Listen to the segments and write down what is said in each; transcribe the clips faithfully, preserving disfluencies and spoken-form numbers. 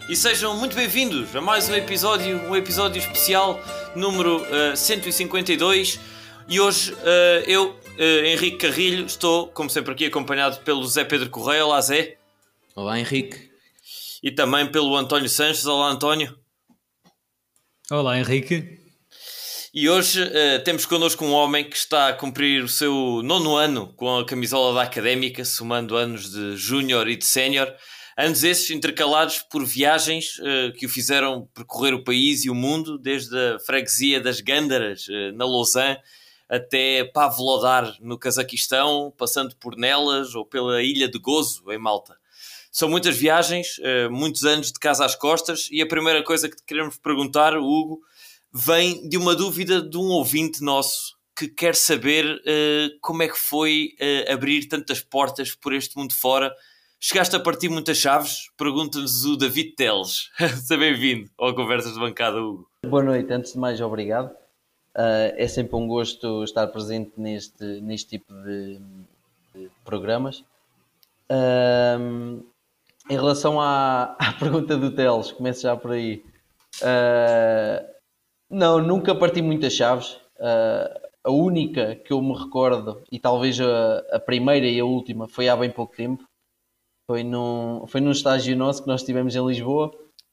E sejam muito bem-vindos a mais um episódio, um episódio especial número uh, cento e cinquenta e dois. E hoje uh, eu, uh, Henrique Carrilho, estou, como sempre, aqui acompanhado pelo Zé Pedro Correia. Olá, Zé. Olá, Henrique. E também pelo António Sanches. Olá, António. Olá, Henrique. E hoje uh, temos connosco um homem que está a cumprir o seu nono ano com a camisola da Académica, somando anos de júnior e de sénior. Anos esses intercalados por viagens uh, que o fizeram percorrer o país e o mundo, desde a freguesia das Gândaras, uh, na Lausanne, até Pavlodar, no Cazaquistão, passando por Nelas ou pela Ilha de Gozo, em Malta. São muitas viagens, uh, muitos anos de casa às costas, e a primeira coisa que te queremos perguntar, Hugo, vem de uma dúvida de um ouvinte nosso que quer saber uh, como é que foi uh, abrir tantas portas por este mundo fora. Chegaste a partir muitas chaves? Pergunta-nos o David Teles. Seja bem-vindo ao Conversas de Bancada, Hugo. Boa noite, antes de mais, obrigado. Uh, é sempre um gosto estar presente neste, neste tipo de, de programas. Uh, em relação à, à pergunta do Teles, começo já por aí. Uh, não, nunca parti muitas chaves. Uh, a única que eu me recordo, e talvez a, a primeira e a última, foi há bem pouco tempo. Foi num, foi num estágio nosso que nós tivemos em Lisboa,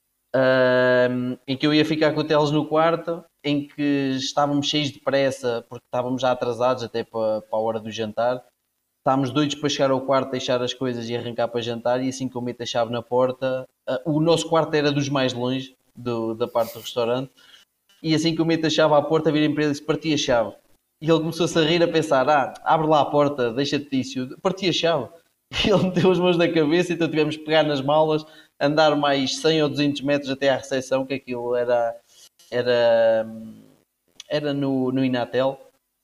uh, em que eu ia ficar com o Teles no quarto, em que estávamos cheios de pressa, porque estávamos já atrasados até para, para a hora do jantar. Estávamos doidos para chegar ao quarto, deixar as coisas e arrancar para jantar, e assim que eu meto a chave na porta, uh, o nosso quarto era dos mais longe do, da parte do restaurante, e assim que eu meto a chave à porta, virei para ele e disse: parti a chave. E ele começou-se a rir, a pensar: ah, abre lá a porta, deixa-te disso. Parti a chave. E ele meteu as mãos na cabeça, então tivemos que pegar nas malas, andar mais cem ou duzentos metros até à recepção, que aquilo era, era, era no, no Inatel.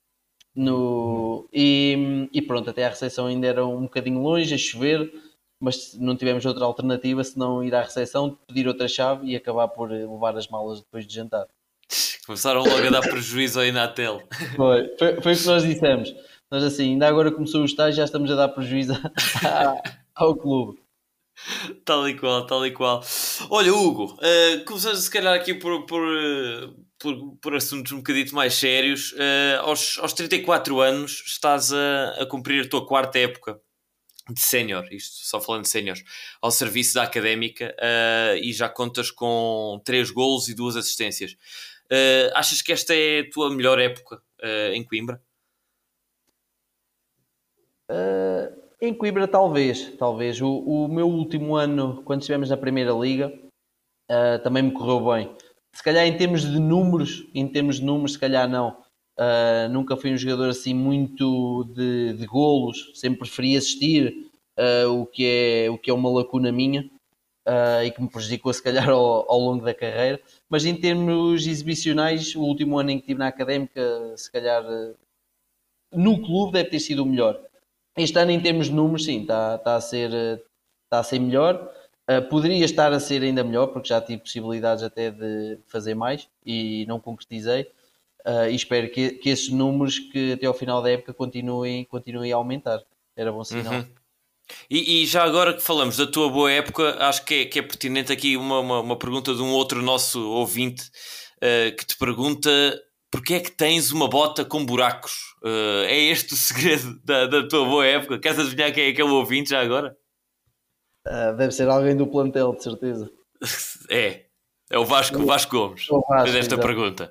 No, e, e pronto, até à recepção ainda era um bocadinho longe, a chover, mas não tivemos outra alternativa senão ir à recepção, pedir outra chave e acabar por levar as malas depois de jantar. Começaram logo a dar prejuízo ao Inatel. Foi, foi, foi o que nós dissemos. Nós assim, ainda agora começou o estágio, já estamos a dar prejuízo ao clube. Tal e qual, tal e qual. Olha, Hugo, uh, começamos se calhar aqui por, por, uh, por, por assuntos um bocadito mais sérios. Uh, aos, aos trinta e quatro anos estás a, a cumprir a tua quarta época de sénior, isto só falando de séniores, ao serviço da Académica, uh, e já contas com três golos e duas assistências. Uh, achas que esta é a tua melhor época uh, em Coimbra? Uh, em Coimbra talvez, talvez. O, o meu último ano, quando estivemos na Primeira Liga, uh, também me correu bem. Se calhar em termos de números, em termos de números, se calhar não. Uh, nunca fui um jogador assim muito de, de golos, sempre preferi assistir, uh, o, que é, o que é uma lacuna minha, uh, e que me prejudicou se calhar ao, ao longo da carreira. Mas em termos exibicionais, o último ano em que estive na Académica, se calhar uh, no clube deve ter sido o melhor. Este ano, em termos de números, sim, está, está, a, ser, está a ser melhor. Uh, poderia estar a ser ainda melhor, porque já tive possibilidades até de fazer mais e não concretizei. Uh, e espero que, que esses números, que até ao final da época, continuem, continuem a aumentar. Era bom sinal. Uhum. E, e já agora que falamos da tua boa época, acho que é, que é pertinente aqui uma, uma, uma pergunta de um outro nosso ouvinte, uh, que te pergunta: porquê é que tens uma bota com buracos? Uh, é este o segredo da, da tua boa época? Queres adivinhar quem é que é o ouvinte já agora? Uh, deve ser alguém do plantel, de certeza. É, é o Vasco, o Vasco Gomes. O Vasco, fez esta exato. pergunta.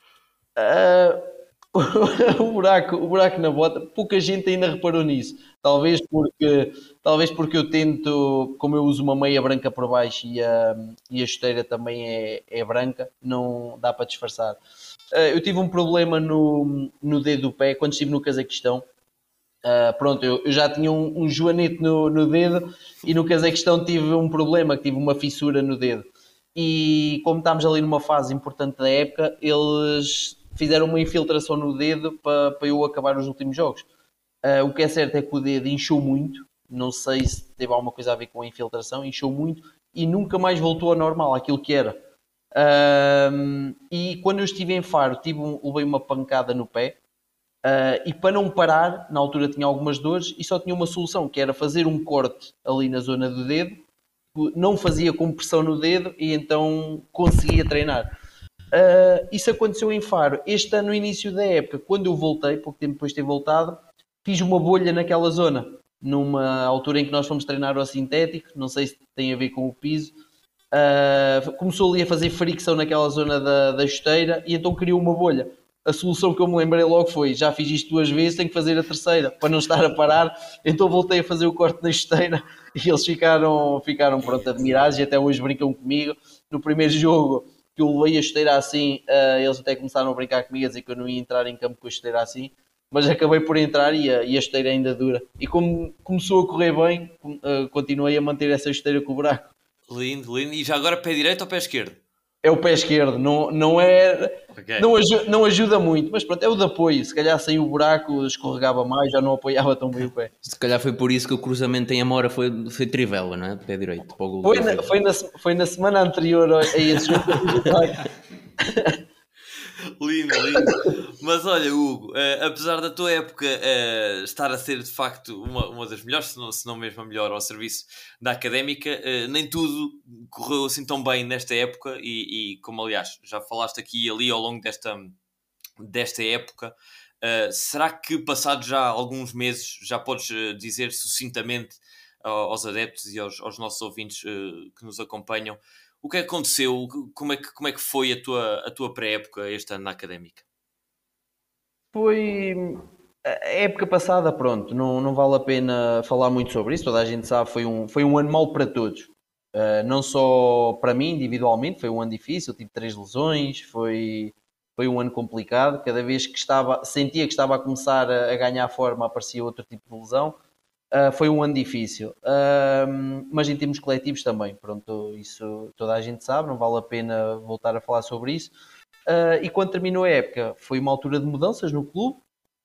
Uh, o, buraco, o buraco na bota, pouca gente ainda reparou nisso. Talvez porque, talvez porque eu tento, como eu uso uma meia branca por baixo e a, e a chuteira também é, é branca, não dá para disfarçar. Uh, eu tive um problema no, no dedo do pé quando estive no Cazaquistão. Uh, pronto, eu, eu já tinha um, um joanete no, no dedo, e no Cazaquistão tive um problema, que tive uma fissura no dedo. E como estávamos ali numa fase importante da época, eles fizeram uma infiltração no dedo para, para eu acabar os últimos jogos. Uh, o que é certo é que o dedo inchou muito, não sei se teve alguma coisa a ver com a infiltração, inchou muito e nunca mais voltou ao normal, aquilo que era. Uh, e quando eu estive em Faro, tive um, levei uma pancada no pé, uh, e para não parar, na altura tinha algumas dores e só tinha uma solução, que era fazer um corte ali na zona do dedo não fazia compressão no dedo e então conseguia treinar. Uh, isso aconteceu em Faro. Este ano, no início da época, quando eu voltei, pouco tempo depois de ter voltado, fiz uma bolha naquela zona, numa altura em que nós fomos treinar ao sintético, não sei se tem a ver com o piso. Uh, começou ali a fazer fricção naquela zona da, da esteira e então criou uma bolha. A solução que eu me lembrei logo foi: já fiz isto duas vezes, tenho que fazer a terceira para não estar a parar. Então voltei a fazer o corte na esteira e eles ficaram, ficaram pronto, admirados e até hoje brincam comigo. No primeiro jogo que eu levei a esteira assim, uh, eles até começaram a brincar comigo, a dizer que eu não ia entrar em campo com a esteira assim, mas acabei por entrar e a, e a esteira ainda dura. E como começou a correr bem, uh, continuei a manter essa esteira com o buraco. Lindo, lindo. E já agora pé direito ou pé esquerdo? É o pé esquerdo, não, não é... Okay. Não, ajuda, não ajuda muito, mas pronto, é o de apoio. Se calhar saiu o buraco, escorregava mais, já não apoiava tão bem o pé. Se calhar foi por isso que o cruzamento em Amora foi, foi trivela, não é? Pé direito. Para o gol foi, na, foi, na, foi na semana anterior a esse jogo. Lindo, lindo. Mas olha, Hugo, uh, apesar da tua época uh, estar a ser de facto uma, uma das melhores, se não, se não mesmo a melhor ao serviço da Académica, uh, nem tudo correu assim tão bem nesta época e, e como aliás já falaste aqui e ali ao longo desta, desta época, uh, será que passados já alguns meses já podes uh, dizer sucintamente uh, aos adeptos e aos, aos nossos ouvintes uh, que nos acompanham o que aconteceu, como é que, como é que foi a tua, a tua pré-época este ano na Académica? Foi... A época passada, pronto, não, não vale a pena falar muito sobre isso, toda a gente sabe, foi um, foi um ano mau para todos. Uh, não só para mim individualmente, foi um ano difícil, tive três lesões, foi, foi um ano complicado, cada vez que estava, sentia que estava a começar a, a ganhar forma, aparecia outro tipo de lesão. Uh, foi um ano difícil, uh, mas em termos coletivos também, pronto, isso toda a gente sabe, não vale a pena voltar a falar sobre isso. Uh, e quando terminou a época, foi uma altura de mudanças no clube.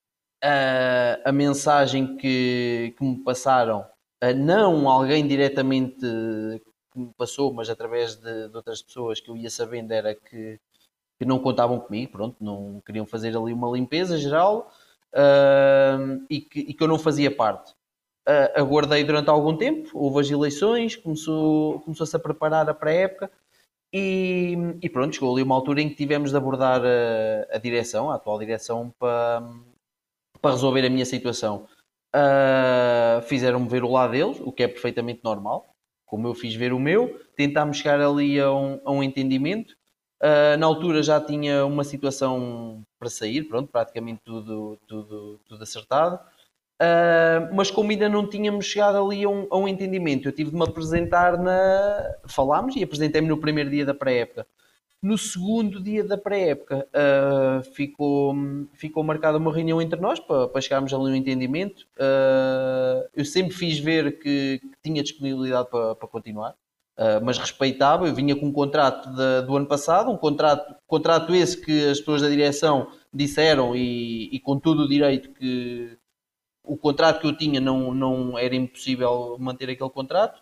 Uh, a mensagem que, que me passaram, uh, não alguém diretamente que me passou, mas através de, de outras pessoas que eu ia sabendo, era que, que não contavam comigo, pronto, não queriam fazer ali uma limpeza geral uh, e, que, e que eu não fazia parte. Uh, aguardei durante algum tempo, houve as eleições, começou, começou-se a preparar a pré-época e, e pronto, chegou ali uma altura em que tivemos de abordar a, a direção, a atual direção, para, para resolver a minha situação. Uh, fizeram-me ver o lado deles, o que é perfeitamente normal, como eu fiz ver o meu, tentámos chegar ali a um, a um entendimento. Uh, na altura já tinha uma situação para sair, pronto, praticamente tudo, tudo, tudo acertado. Uh, mas como ainda não tínhamos chegado ali a um, a um entendimento, eu tive de me apresentar na... Falámos e apresentei-me no primeiro dia da pré-época. No segundo dia da pré-época uh, ficou, ficou marcada uma reunião entre nós para, para chegarmos ali a um entendimento. Uh, eu sempre fiz ver que, que tinha disponibilidade para, para continuar, uh, mas respeitava. Eu vinha com um contrato de, do ano passado, um contrato, contrato esse que as pessoas da direção disseram e, e com todo o direito que o contrato que eu tinha não, não era impossível manter aquele contrato.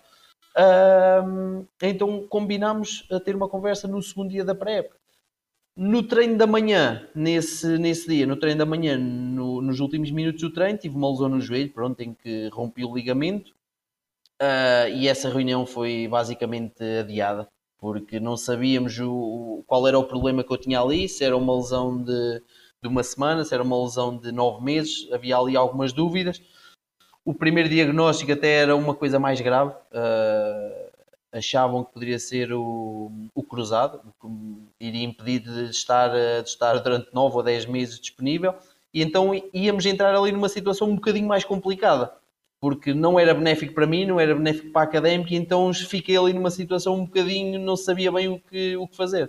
Uh, então combinámos a ter uma conversa no segundo dia da pré-época. No treino da manhã, nesse, nesse dia, no treino da manhã, no, nos últimos minutos do treino, tive uma lesão no joelho, pronto, em que rompi o ligamento. Uh, e essa reunião foi basicamente adiada, porque não sabíamos o, qual era o problema que eu tinha ali, se era uma lesão de... de uma semana, se era uma lesão de nove meses, havia ali algumas dúvidas. O primeiro diagnóstico até era uma coisa mais grave, uh, achavam que poderia ser o, o cruzado, que iria impedir de estar, de estar durante nove ou dez meses disponível, e então íamos entrar ali numa situação um bocadinho mais complicada, porque não era benéfico para mim, não era benéfico para a Académica, e então fiquei ali numa situação um bocadinho, não sabia bem o que, o que fazer.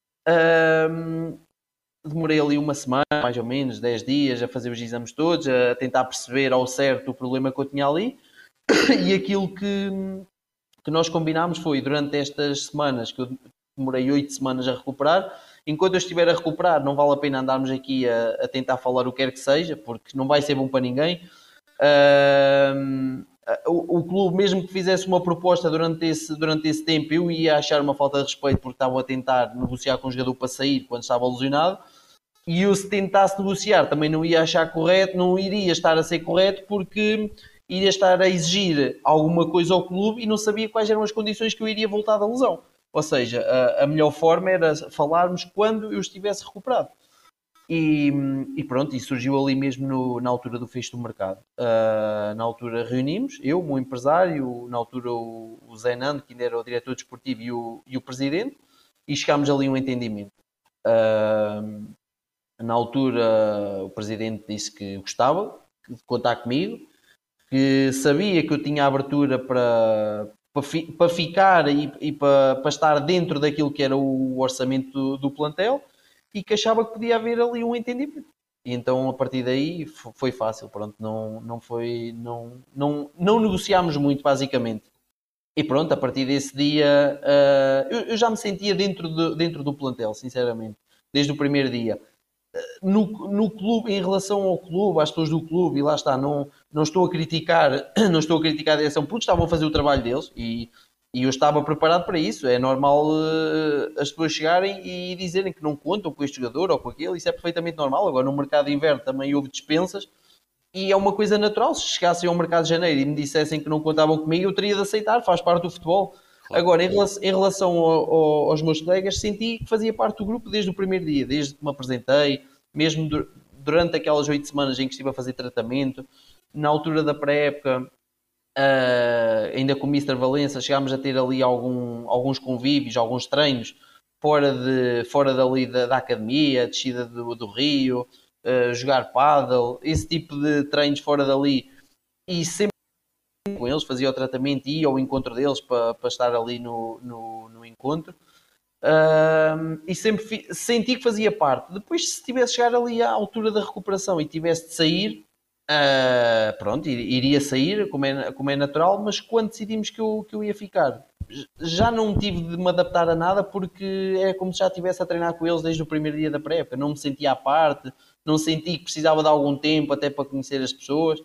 Uh, Demorei ali uma semana, mais ou menos, dez dias, a fazer os exames todos, a tentar perceber ao certo o problema que eu tinha ali. E aquilo que, que nós combinámos foi, durante estas semanas, que eu demorei oito semanas a recuperar, enquanto eu estiver a recuperar, não vale a pena andarmos aqui a, a tentar falar o que quer que seja, porque não vai ser bom para ninguém. Uh, o, o clube, mesmo que fizesse uma proposta durante esse, durante esse tempo, eu ia achar uma falta de respeito, porque estavam a tentar negociar com o jogador para sair quando estava lesionado. E eu, se tentasse negociar, também não ia achar correto, não iria estar a ser correto, porque iria estar a exigir alguma coisa ao clube e não sabia quais eram as condições que eu iria voltar da lesão. Ou seja, a, a melhor forma era falarmos quando eu estivesse recuperado. E, e pronto, e surgiu ali mesmo no, na altura do fecho do mercado. Uh, na altura reunimos, eu, o meu empresário, na altura o, o Zé Nando, que ainda era o diretor desportivo, e o, e o presidente, e chegámos ali a um entendimento. Uh, na altura o presidente disse que gostava de contar comigo, que sabia que eu tinha abertura para, para, fi, para ficar e, e para, para estar dentro daquilo que era o orçamento do, do plantel, e que achava que podia haver ali um entendimento. E então, a partir daí, foi fácil. Pronto, não, não foi... Não, não, não negociámos muito, basicamente. E pronto, a partir desse dia, uh, eu, eu já me sentia dentro, de, dentro do plantel, sinceramente. Desde o primeiro dia. No, no clube, em relação ao clube, às pessoas do clube, e lá está, não, não estou a criticar, não estou a criticar a direção, porque estavam a fazer o trabalho deles, e... E eu estava preparado para isso. É normal uh, as pessoas chegarem e dizerem que não contam com este jogador ou com aquele. Isso é perfeitamente normal. Agora, no mercado de inverno também houve dispensas. E é uma coisa natural. Se chegassem ao mercado de janeiro e me dissessem que não contavam comigo, eu teria de aceitar. Faz parte do futebol. Claro. Agora, em relação, em relação ao, ao, aos meus colegas, senti que fazia parte do grupo desde o primeiro dia. Desde que me apresentei. Mesmo durante aquelas oito semanas em que estive a fazer tratamento. Na altura da pré-época... Uh, ainda com o mister Valença chegámos a ter ali algum, alguns convívios, alguns treinos fora, de, fora dali da, da academia, descida do, do Rio, uh, jogar pádel, esse tipo de treinos fora dali, e sempre com eles, fazia o tratamento e ia ao encontro deles para, para estar ali no, no, no encontro. Uh, e sempre fi, senti que fazia parte. Depois, se tivesse chegar ali à altura da recuperação e tivesse de sair, Uh, pronto, iria sair, como é, como é natural, mas quando decidimos que eu, que eu ia ficar, já não tive de me adaptar a nada, porque é como se já estivesse a treinar com eles desde o primeiro dia da pré-época. Não me sentia à parte, não senti que precisava de algum tempo até para conhecer as pessoas,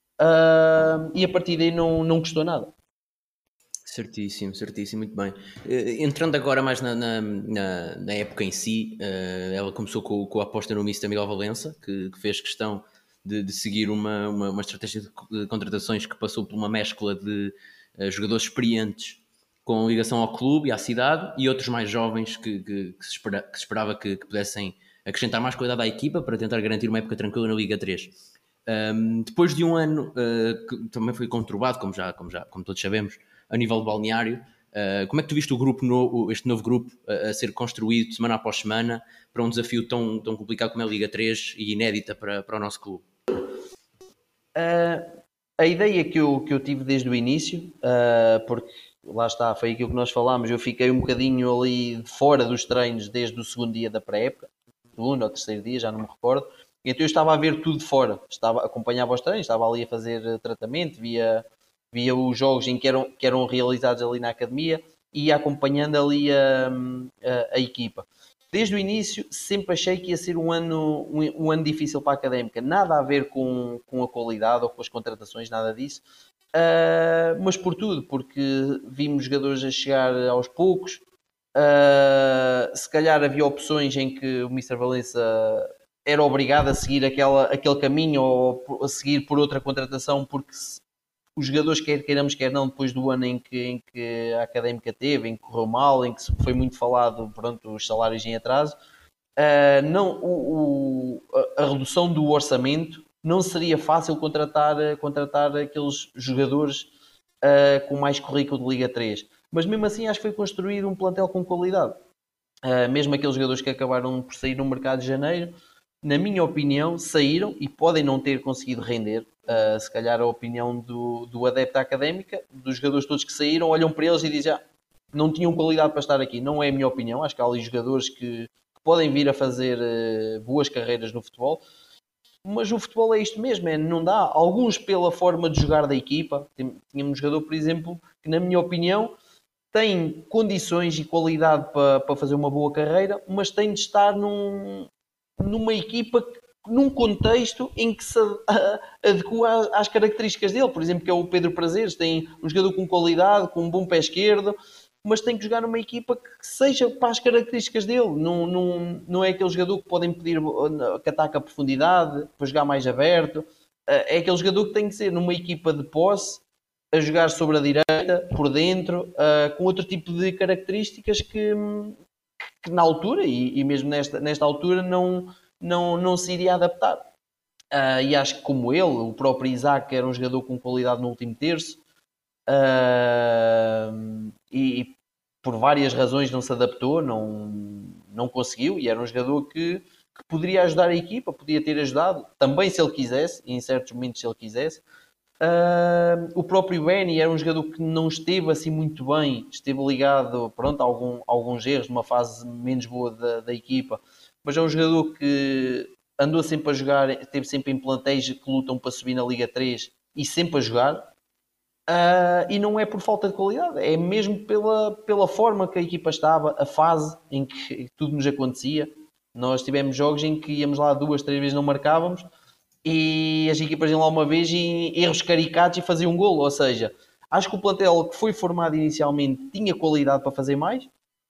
uh, e a partir daí não, não custou nada. Certíssimo, certíssimo, muito bem. Uh, entrando agora mais na, na, na, na época em si, uh, ela começou com, com a aposta no mister Miguel Valença, que, que fez questão De, de seguir uma, uma, uma estratégia de contratações que passou por uma mescla de uh, jogadores experientes com ligação ao clube e à cidade, e outros mais jovens que, que, que, se, espera, que se esperava que, que pudessem acrescentar mais qualidade à equipa para tentar garantir uma época tranquila na Liga três. Um, depois de um ano uh, que também foi conturbado, como, já, como, já, como todos sabemos, a nível de balneário, uh, como é que tu viste o grupo novo, este novo grupo uh, a ser construído semana após semana para um desafio tão, tão complicado como é a Liga três e inédita para, para o nosso clube? Uh, a ideia que eu, que eu tive desde o início, uh, porque lá está, foi aquilo que nós falámos, eu fiquei um bocadinho ali fora dos treinos desde o segundo dia da pré-época, segundo ou terceiro dia, já não me recordo, então eu estava a ver tudo de fora, estava, acompanhava os treinos, estava ali a fazer tratamento, via, via os jogos em que eram, que eram realizados ali na academia e ia acompanhando ali a, a, a equipa. Desde o início sempre achei que ia ser um ano, um, um ano difícil para a Académica, nada a ver com, com a qualidade ou com as contratações, nada disso, uh, mas por tudo, porque vimos jogadores a chegar aos poucos, uh, se calhar havia opções em que o mister Valença era obrigado a seguir aquela, aquele caminho ou a seguir por outra contratação, porque os jogadores, quer queiramos, quer não, depois do ano em que, em que a Académica teve, em que correu mal, em que foi muito falado, pronto, os salários em atraso, uh, não, o, o, a redução do orçamento não seria fácil contratar, contratar aqueles jogadores uh, com mais currículo de Liga três. Mas mesmo assim acho que foi construído um plantel com qualidade. Uh, mesmo aqueles jogadores que acabaram por sair no mercado de janeiro, na minha opinião, saíram e podem não ter conseguido render. Uh, se calhar a opinião do, do adepto à Académica, dos jogadores todos que saíram, olham para eles e dizem, ah, não tinham qualidade para estar aqui. Não é a minha opinião. Acho que há ali jogadores que, que podem vir a fazer uh, boas carreiras no futebol. Mas o futebol é isto mesmo, é, não dá. Alguns pela forma de jogar da equipa. Tínhamos um jogador, por exemplo, que na minha opinião tem condições e qualidade para, para fazer uma boa carreira, mas tem de estar num, numa equipa, num contexto em que se adequa às características dele. Por exemplo, que é o Pedro Prazeres, tem um jogador com qualidade, com um bom pé esquerdo, mas tem que jogar numa equipa que seja para as características dele. Não, não, não é aquele jogador que podem pedir que ataque a profundidade, para jogar mais aberto. é aquele jogador que tem que ser numa equipa de posse, a jogar sobre a direita, por dentro, uh, com outro tipo de características que, que na altura, e, e mesmo nesta, nesta altura, não, não, não se iria adaptar. Uh, e acho que como ele, o próprio Isaac era um jogador com qualidade no último terço, uh, e, e por várias razões não se adaptou, não, não conseguiu, e era um jogador que, que poderia ajudar a equipa, podia ter ajudado, também se ele quisesse, e em certos momentos se ele quisesse. Uh, o próprio Benny era um jogador que não esteve assim muito bem, esteve ligado, pronto, a, algum, a alguns erros numa fase menos boa da, da equipa, mas é um jogador que andou sempre a jogar, esteve sempre em plantéis que lutam para subir na Liga três e sempre a jogar, uh, e não é por falta de qualidade, é mesmo pela, pela forma que a equipa estava, a fase em que tudo nos acontecia. Nós tivemos jogos em que íamos lá duas, três vezes, não marcávamos, e as equipas iam lá uma vez e erros caricatos e faziam um golo. Ou seja, acho que o plantel que foi formado inicialmente tinha qualidade para fazer mais,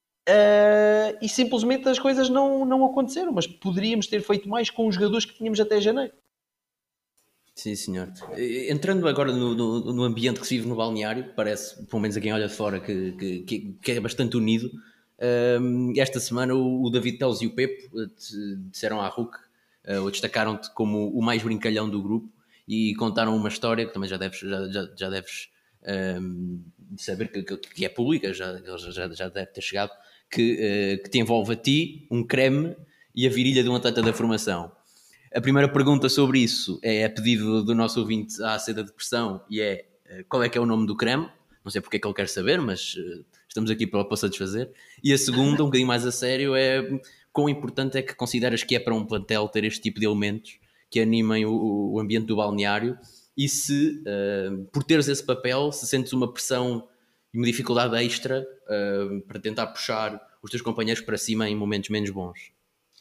uh, e simplesmente as coisas não, não aconteceram, mas poderíamos ter feito mais com os jogadores que tínhamos até janeiro. Sim, senhor. Entrando agora no, no, no ambiente que se vive no balneário, parece, pelo menos a quem olha de fora, que, que, que é bastante unido. Um, esta semana o, o David Teles e o Pepe disseram à R U C, uh, ou destacaram-te como o mais brincalhão do grupo, e contaram uma história que também já deves, já, já, já deves um, saber que, que, que é pública, já, já, já deve ter chegado, que, uh, que te envolve a ti, um creme e a virilha de um atleta da formação. A primeira pergunta sobre isso é a pedido do nosso ouvinte à Seda de Pressão, e é: qual é que é o nome do creme? Não sei porque é que ele quer saber, mas uh, estamos aqui para, para satisfazer. E a segunda, um bocadinho mais a sério, é quão importante é que consideras que é para um plantel ter este tipo de elementos que animem o, o ambiente do balneário, e se, uh, por teres esse papel, se sentes uma pressão e uma dificuldade extra uh, para tentar puxar os teus companheiros para cima em momentos menos bons.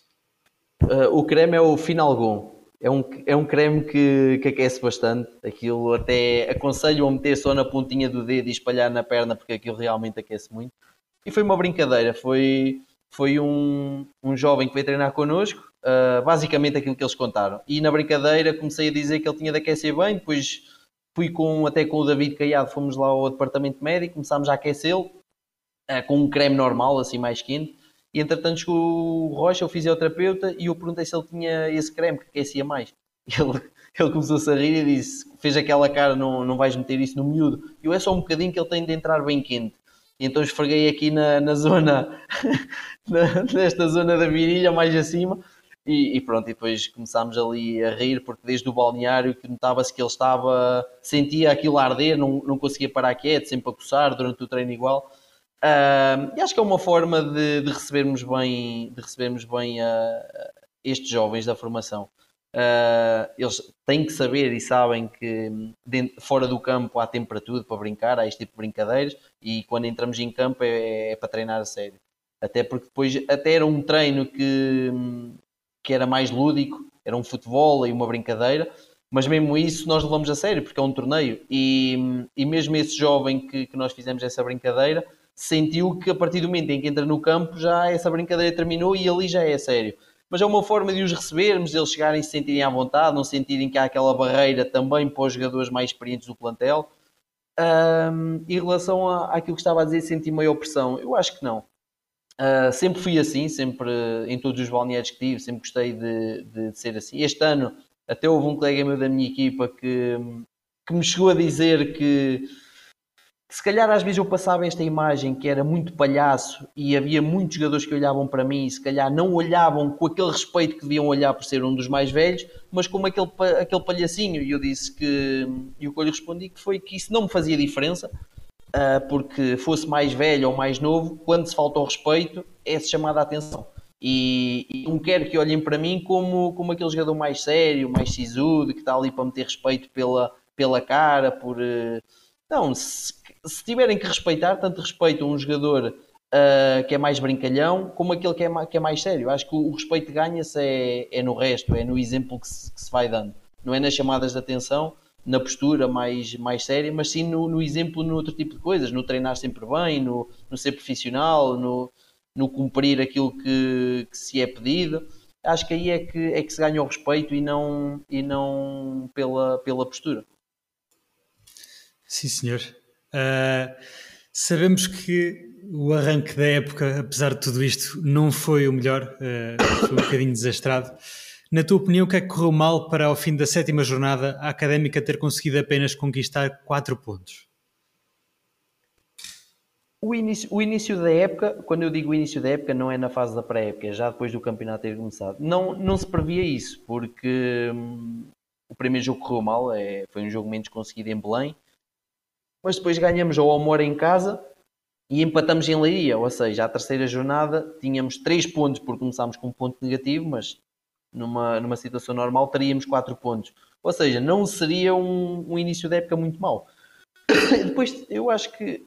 Uh, o creme é o Finalgon. É um, é um creme que, que aquece bastante. Aquilo até aconselho a meter só na pontinha do dedo e espalhar na perna, porque aquilo realmente aquece muito. E foi uma brincadeira. Foi, foi um, um jovem que veio treinar connosco, uh, basicamente aquilo que eles contaram. E na brincadeira comecei a dizer que ele tinha de aquecer bem. Depois fui com, até com o David Caiado, fomos lá ao departamento médico, começámos a aquecê-lo uh, com um creme normal, assim mais quente. E entretanto chegou o Rocha, o fisioterapeuta, e eu perguntei se ele tinha esse creme que aquecia mais. Ele, ele começou-se a rir e disse, fez aquela cara: não, não vais meter isso no miúdo. E eu: é só um bocadinho que ele tem de entrar bem quente. E então esfreguei aqui na, na zona, na, nesta zona da virilha, mais acima, e, e pronto, e depois começámos ali a rir, porque desde o balneário que notava-se que ele estava, sentia aquilo a arder, não, não conseguia parar quieto, sempre a coçar durante o treino igual. Uh, e acho que é uma forma de, de recebermos bem, de recebermos bem uh, estes jovens da formação. Uh, eles têm que saber e sabem que dentro, fora do campo há tempo para tudo, para brincar, há este tipo de brincadeiras, e quando entramos em campo é, é para treinar a sério. Até porque depois até era um treino que, que era mais lúdico, era um futebol e uma brincadeira, mas mesmo isso nós levamos a sério, porque é um torneio, e, e mesmo esse jovem que, que nós fizemos essa brincadeira sentiu que a partir do momento em que entra no campo já essa brincadeira terminou e ali já é sério. Mas é uma forma de os recebermos, de eles chegarem e se sentirem à vontade, não sentirem que há aquela barreira também para os jogadores mais experientes do plantel. Um, em relação a, àquilo que estava a dizer, sentir maior pressão, eu acho que não. Uh, sempre fui assim, sempre em todos os balneários que tive, sempre gostei de, de, de ser assim. Este ano até houve um colega meu da minha equipa que, que me chegou a dizer que se calhar às vezes eu passava esta imagem que era muito palhaço, e havia muitos jogadores que olhavam para mim e se calhar não olhavam com aquele respeito que deviam olhar por ser um dos mais velhos, mas como aquele, aquele palhacinho. E eu disse que, e o que eu lhe respondi que foi que isso não me fazia diferença, porque fosse mais velho ou mais novo, quando se falta ao respeito é-se chamada a atenção. E, e não quero que olhem para mim como, como aquele jogador mais sério, mais sisudo, que está ali para meter respeito pela, pela cara, por... Não, se, se tiverem que respeitar, tanto respeitam um jogador uh, que é mais brincalhão, como aquele que é, que é mais sério. Acho que o, o respeito ganha-se é, é no resto, é no exemplo que se, que se vai dando. Não é nas chamadas de atenção, na postura mais, mais séria, mas sim no, no exemplo, no outro tipo de coisas, no treinar sempre bem, no, no ser profissional, no, no cumprir aquilo que, que se é pedido. acho que aí é que, é que se ganha o respeito e não, e não pela, pela postura. Sim, senhor. Uh, sabemos que o arranque da época, apesar de tudo isto, não foi o melhor, uh, foi um bocadinho desastrado. Na tua opinião, o que é que correu mal para ao fim da sétima jornada a Académica ter conseguido apenas conquistar quatro pontos? O início, o início da época, quando eu digo início da época, não é na fase da pré-época, é já depois do campeonato ter começado. Não, não se previa isso, porque hum, o primeiro jogo correu mal, é, foi um jogo menos conseguido em Belém, mas depois ganhamos ao Amor em casa e empatamos em Leiria, ou seja, a terceira jornada tínhamos três pontos porque começámos com um ponto negativo, mas numa, numa situação normal teríamos quatro pontos. Ou seja, não seria um, um início da época muito mau. Depois, eu acho que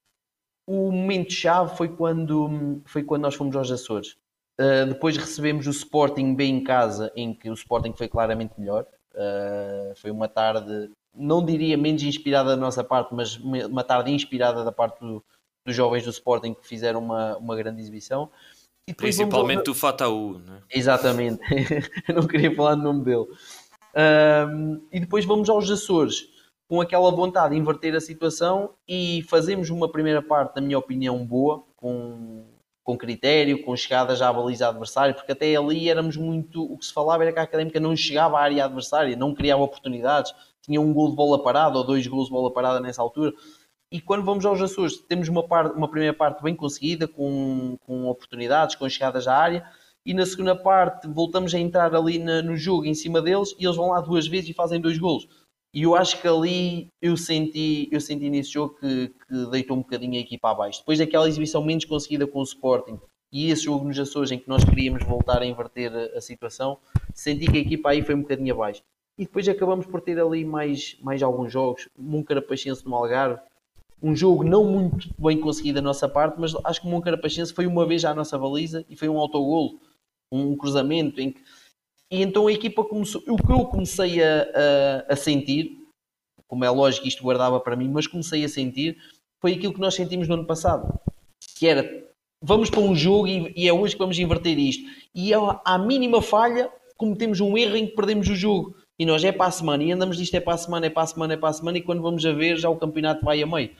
o momento-chave foi quando, foi quando nós fomos aos Açores. Uh, depois recebemos o Sporting bem em casa, em que o Sporting foi claramente melhor. Uh, foi uma tarde, não diria menos inspirada da nossa parte, mas uma tarde inspirada da parte do, dos jovens do Sporting, que fizeram uma, uma grande exibição. E principalmente ao... do Fataú, não é? Exatamente. Eu não queria falar no nome dele. Uh, e depois vamos aos Açores, com aquela vontade de inverter a situação, e fazemos uma primeira parte, na minha opinião, boa, com, com critério, com chegada já à baliza adversária, porque até ali éramos muito... O que se falava era que a Académica não chegava à área adversária, não criava oportunidades, tinha um gol de bola parada ou dois gols de bola parada nessa altura. E quando vamos aos Açores, temos uma, parte, uma primeira parte bem conseguida, com, com oportunidades, com chegadas à área, e na segunda parte voltamos a entrar ali na, no jogo em cima deles, e eles vão lá duas vezes e fazem dois golos. E eu acho que ali eu senti, eu senti nesse jogo que, que deitou um bocadinho a equipa abaixo. Depois daquela exibição menos conseguida com o Sporting e esse jogo nos Açores em que nós queríamos voltar a inverter a, a situação, senti que a equipa aí foi um bocadinho abaixo. E depois acabamos por ter ali mais, mais alguns jogos. Moncarapachense no Algarve, um jogo não muito bem conseguido da nossa parte, mas acho que o Moncarapachense foi uma vez à nossa baliza e foi um autogolo, um cruzamento em que... E então a equipa começou, o que eu comecei a, a, a sentir, como é lógico que isto guardava para mim, mas comecei a sentir, foi aquilo que nós sentimos no ano passado, que era, vamos para um jogo e, e é hoje que vamos inverter isto, e à, à mínima falha cometemos um erro em que perdemos o jogo, e nós é para a semana, e andamos disto é para a semana, é para a semana, é para a semana, e quando vamos a ver já o campeonato vai a meio.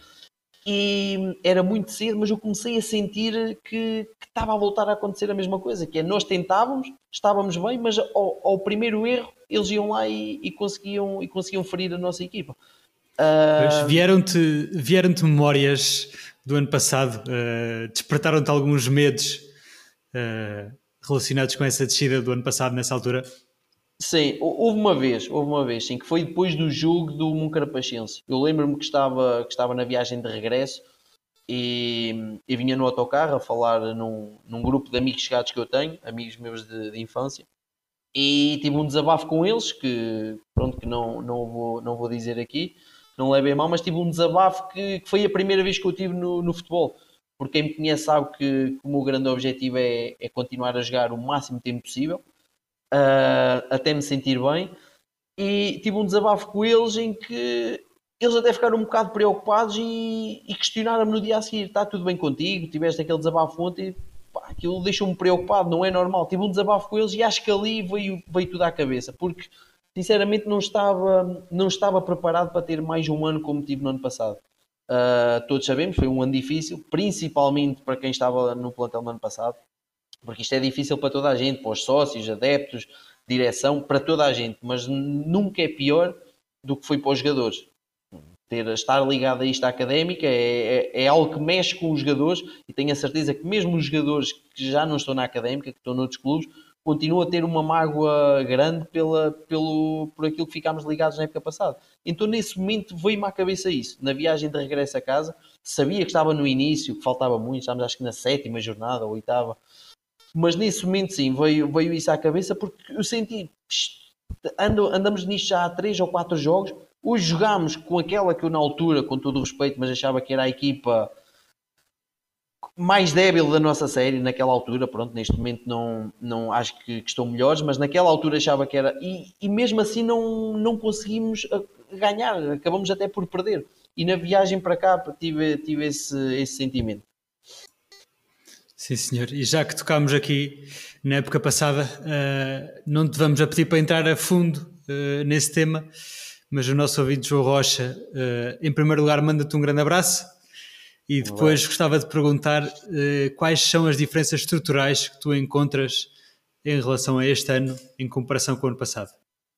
E era muito cedo, mas eu comecei a sentir que, que estava a voltar a acontecer a mesma coisa, que é, nós tentávamos, estávamos bem, mas ao, ao primeiro erro eles iam lá e, e, conseguiam, e conseguiam ferir a nossa equipa. Uh... Vieram-te vieram-te memórias do ano passado, uh, despertaram-te alguns medos uh, relacionados com essa descida do ano passado nessa altura? Sim, houve uma vez, houve uma vez, sim, que foi depois do jogo do Moncarapachense. Eu lembro-me que estava, que estava na viagem de regresso e, e vinha no autocarro a falar num, num grupo de amigos chegados que eu tenho, amigos meus de, de infância, e tive um desabafo com eles, que pronto, que não, não, vou, não vou dizer aqui, não levei mal, mas tive um desabafo que, que foi a primeira vez que eu tive no, no futebol. Porque quem me conhece sabe que, que o meu grande objetivo é, é continuar a jogar o máximo tempo possível. Uh, até me sentir bem, e tive um desabafo com eles em que eles até ficaram um bocado preocupados e, e questionaram-me no dia a seguir: está tudo bem contigo? Tiveste aquele desabafo ontem? Pá, aquilo deixou-me preocupado, não é normal. Tive um desabafo com eles e acho que ali veio, veio tudo à cabeça, porque sinceramente não estava, não estava preparado para ter mais um ano como tive no ano passado. Uh, todos sabemos, foi um ano difícil, principalmente para quem estava no plantel no ano passado, porque isto é difícil para toda a gente, para os sócios, adeptos, direção, para toda a gente, mas nunca é pior do que foi para os jogadores. Ter, estar ligado a isto à Académica é, é, é algo que mexe com os jogadores, e tenho a certeza que mesmo os jogadores que já não estão na Académica, que estão noutros clubes, continuam a ter uma mágoa grande pela, pelo, por aquilo que ficámos ligados na época passada. Então nesse momento veio-me à cabeça isso. Na viagem de regresso a casa, sabia que estava no início, que faltava muito, estávamos acho que na sétima jornada ou oitava, mas nesse momento sim, veio, veio isso à cabeça, porque eu senti, ando, andamos nisto já há três ou quatro jogos, hoje jogámos com aquela que eu na altura, com todo o respeito, mas achava que era a equipa mais débil da nossa série naquela altura. Pronto, neste momento não, não acho que, que estão melhores, mas naquela altura achava que era, e, e mesmo assim não, não conseguimos ganhar, acabamos até por perder, e na viagem para cá tive, tive esse, esse sentimento. Sim, senhor. E já que tocámos aqui na época passada. Uh, não te vamos a pedir para entrar a fundo uh, nesse tema, mas o nosso ouvinte João Rocha, uh, em primeiro lugar, manda-te um grande abraço e depois gostava de perguntar uh, quais são as diferenças estruturais que tu encontras em relação a este ano em comparação com o ano passado.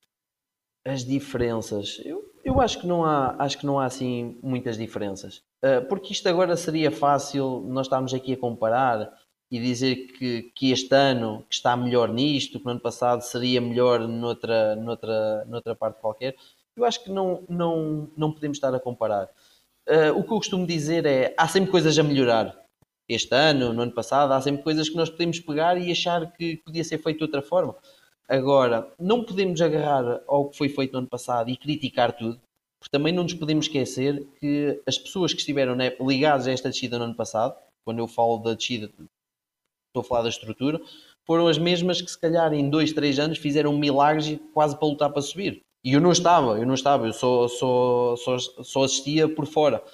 As diferenças, eu, eu acho que não há, acho que não há assim muitas diferenças, uh, porque isto agora seria fácil nós estarmos aqui a comparar e dizer que, que este ano que está melhor nisto, que no ano passado seria melhor noutra, noutra, noutra parte qualquer. Eu acho que não, não, não podemos estar a comparar. Uh, o que eu costumo dizer é, há sempre coisas a melhorar. Este ano, no ano passado, há sempre coisas que nós podemos pegar e achar que podia ser feito de outra forma. Agora, não podemos agarrar ao que foi feito no ano passado e criticar tudo, porque também não nos podemos esquecer que as pessoas que estiveram, né, ligadas a esta descida no ano passado, quando eu falo da descida, estou a falar da estrutura, foram as mesmas que se calhar em dois, três anos fizeram milagres quase para lutar para subir. E eu não estava, eu não estava, eu só, só, só, só assistia por fora.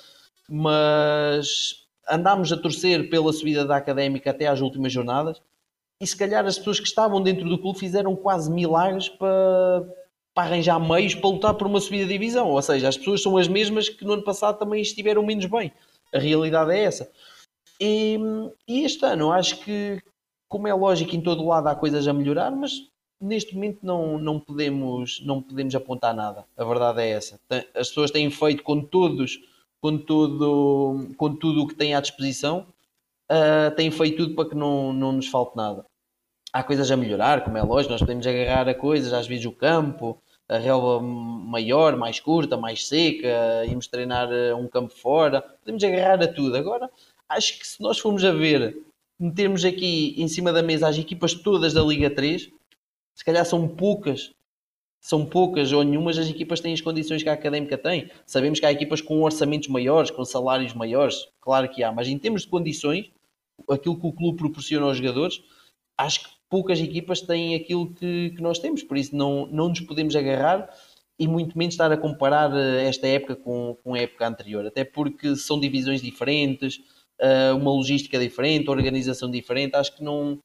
Mas andámos a torcer pela subida da Académica até às últimas jornadas e se calhar as pessoas que estavam dentro do clube fizeram quase milagres para, para arranjar meios para lutar por uma subida de divisão. Ou seja, as pessoas são as mesmas que no ano passado também estiveram menos bem. A realidade é essa. E, e este ano, acho que, como é lógico, em todo lado há coisas a melhorar, mas neste momento não, não, podemos, não podemos apontar nada. A verdade é essa. As pessoas têm feito com todos, com tudo, com tudo o que têm à disposição, uh, têm feito tudo para que não, não nos falte nada. Há coisas a melhorar, como é lógico, nós podemos agarrar a coisas, às vezes o campo, a relva maior, mais curta, mais seca, irmos treinar um campo fora, podemos agarrar a tudo. Agora, acho que se nós formos a ver, metermos aqui em cima da mesa as equipas todas da Liga três, se calhar são poucas, são poucas ou nenhumas as equipas têm as condições que a Académica tem. Sabemos que há equipas com orçamentos maiores, com salários maiores, claro que há, mas em termos de condições, aquilo que o clube proporciona aos jogadores, acho que poucas equipas têm aquilo que, que nós temos, por isso não, não nos podemos agarrar e muito menos estar a comparar esta época com, com a época anterior, até porque são divisões diferentes, uma logística diferente, organização diferente, acho que não,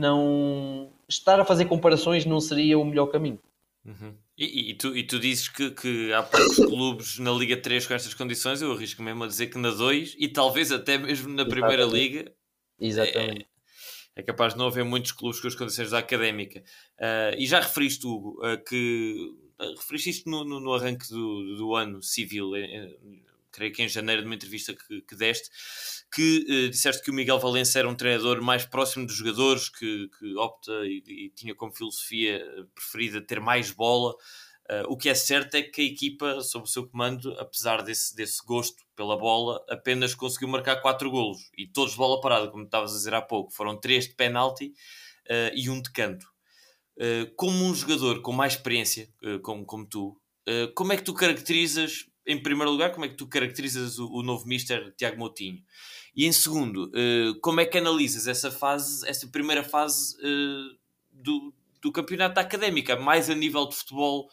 não estar a fazer comparações não seria o melhor caminho. Uhum. E, e, tu, e tu dizes que, que há poucos clubes na Liga três com estas condições, eu arrisco mesmo a dizer que na dois e talvez até mesmo na Primeira Liga. Exatamente. É, é capaz de não haver muitos clubes com as condições da Académica. Uh, e já referiste, Hugo, uh, que uh, referiste isto no, no, no arranque do, do ano civil, uh, creio que em janeiro, numa entrevista que, que deste, que uh, disseste que o Miguel Valença era um treinador mais próximo dos jogadores, que, que opta e, e tinha como filosofia preferida ter mais bola. Uh, o que é certo é que a equipa, sob o seu comando, apesar desse, desse gosto pela bola, apenas conseguiu marcar quatro golos. E todos de bola parada, como estavas a dizer há pouco. Foram três de penalti uh, e um de canto. Uh, como um jogador com mais experiência, uh, como, como tu, uh, como é que tu caracterizas, em primeiro lugar, como é que tu caracterizas o, o novo mister Tiago Moutinho? E em segundo, uh, como é que analisas essa fase, essa primeira fase uh, do, do campeonato da Académica, mais a nível de futebol?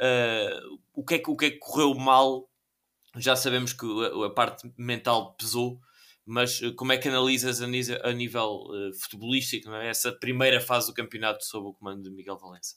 Uh, o, que é que, o que é que correu mal? Já sabemos que a, a parte mental pesou, mas uh, como é que analisas a, a nível uh, futebolístico, não é? Essa primeira fase do campeonato sob o comando de Miguel Valença?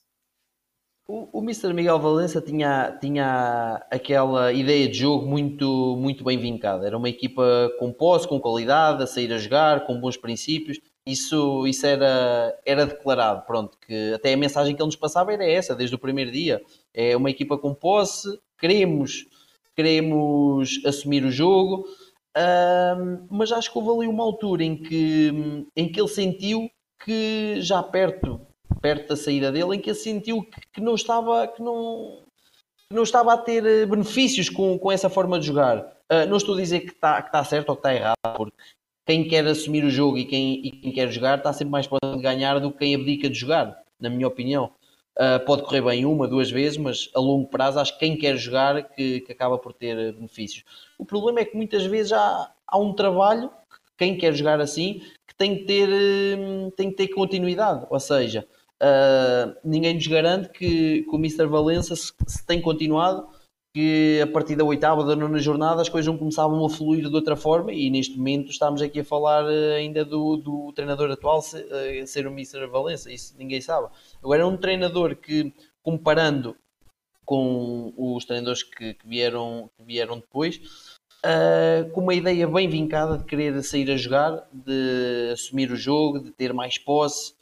O, o mister Miguel Valença tinha, tinha aquela ideia de jogo muito, muito bem vincada. Era uma equipa com posse, com qualidade, a sair a jogar, com bons princípios. Isso, isso era, era declarado, pronto, que até a mensagem que ele nos passava era essa, desde o primeiro dia. É uma equipa com posse, queremos, queremos assumir o jogo, um, mas acho que houve ali uma altura em que, em que ele sentiu que já perto, perto da saída dele, em que ele sentiu que, que, não, estava, que, não, que não estava a ter benefícios com, com essa forma de jogar. Uh, não estou a dizer que está, que está certo ou que está errado, porque quem quer assumir o jogo e quem, e quem quer jogar está sempre mais próximo de ganhar do que quem abdica de jogar, na minha opinião. Uh, pode correr bem uma, duas vezes, mas a longo prazo acho que quem quer jogar que, que acaba por ter benefícios. O problema é que muitas vezes há, há um trabalho, quem quer jogar assim, que tem que ter, tem que ter continuidade. Ou seja, uh, ninguém nos garante que, que o mister Valença, se, se tem continuado, que a partir da oitava, da nona jornada as coisas não começavam a fluir de outra forma, e neste momento estamos aqui a falar ainda do, do treinador atual ser o mister Valença, isso ninguém sabe. Agora é um treinador que, comparando com os treinadores que, que, vieram, que vieram depois, uh, com uma ideia bem vincada de querer sair a jogar, de assumir o jogo, de ter mais posse,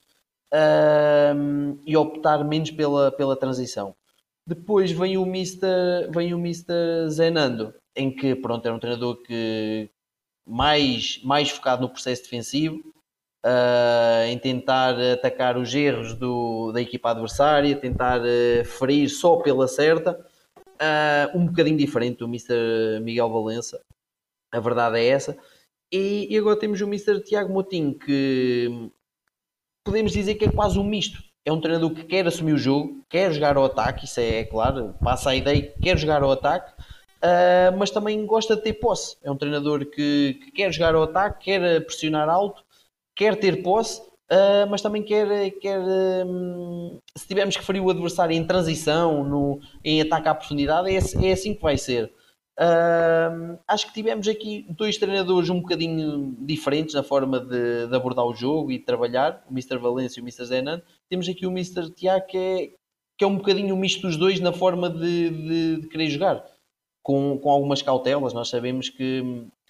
uh, e optar menos pela, pela transição. Depois vem o mister, vem o mister Zenando, em que, pronto, era um treinador que mais, mais focado no processo defensivo, uh, em tentar atacar os erros do, da equipa adversária, tentar uh, ferir só pela certa, uh, um bocadinho diferente do mister Miguel Valença, a verdade é essa. E, e agora temos o mister Tiago Moutinho, que podemos dizer que é quase um misto. É um treinador que quer assumir o jogo, quer jogar ao ataque, isso é, é claro, passa a ideia que quer jogar ao ataque, uh, mas também gosta de ter posse. É um treinador que, que quer jogar ao ataque, quer pressionar alto, quer ter posse, uh, mas também quer, quer um, se tivermos que ferir o adversário em transição, no, em ataque à profundidade, é, é assim que vai ser. Uh, acho que tivemos aqui dois treinadores um bocadinho diferentes na forma de, de abordar o jogo e de trabalhar, o mister Valência e o mister Zenan. Temos aqui o mister Tiago, que é, que é um bocadinho o misto dos dois na forma de, de, de querer jogar, com, com algumas cautelas. Nós sabemos que,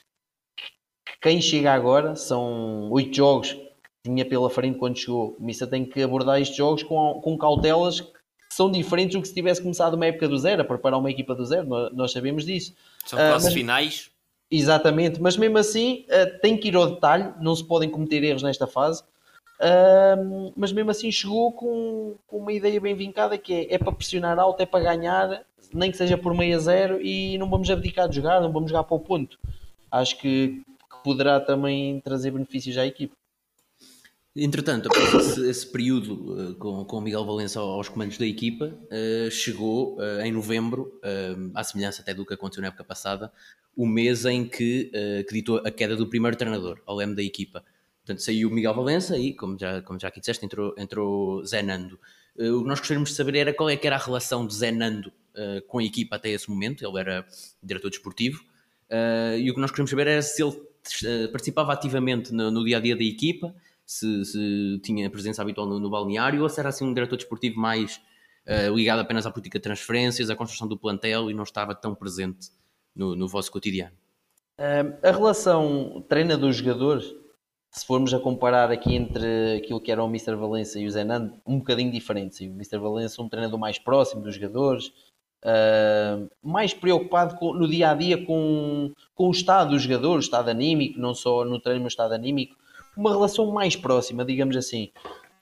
que quem chega agora são oito jogos que tinha pela frente quando chegou. O mister tem que abordar estes jogos com, com cautelas que são diferentes do que se tivesse começado uma época do zero, a preparar uma equipa do zero, nós, nós sabemos disso. São quase uh, mas, finais. Exatamente, mas mesmo assim uh, tem que ir ao detalhe, não se podem cometer erros nesta fase, uh, mas mesmo assim chegou com, com uma ideia bem vincada, que é, é para pressionar alto, é para ganhar, nem que seja por meio a zero, e não vamos abdicar de jogar, não vamos jogar para o ponto. Acho que, que poderá também trazer benefícios à equipa. Entretanto, após esse, esse período uh, com, com o Miguel Valença aos comandos da equipa, uh, chegou uh, em novembro, uh, à semelhança até do que aconteceu na época passada, o mês em que, uh, que ditou a queda do primeiro treinador, ao leme da equipa. Portanto, saiu o Miguel Valença e, como já, como já aqui disseste, entrou, entrou Zenando. Uh, o que nós gostaríamos de saber era qual é que era a relação de Zenando uh, com a equipa até esse momento. Ele era diretor desportivo, uh, e o que nós queríamos saber era se ele uh, participava ativamente no, no dia-a-dia da equipa, Se, se tinha presença habitual no, no balneário, ou se era assim um diretor desportivo mais uh, ligado apenas à política de transferências, à construção do plantel, e não estava tão presente no, no vosso cotidiano. Uh, a relação treinador-jogador, se formos a comparar aqui entre aquilo que era o mister Valença e o Zenando, um bocadinho diferente. Sim. O mister Valença é um treinador mais próximo dos jogadores, uh, mais preocupado com, no dia-a-dia com, com o estado dos jogadores, o estado anímico, não só no treino, mas o estado anímico. Uma relação mais próxima, digamos assim.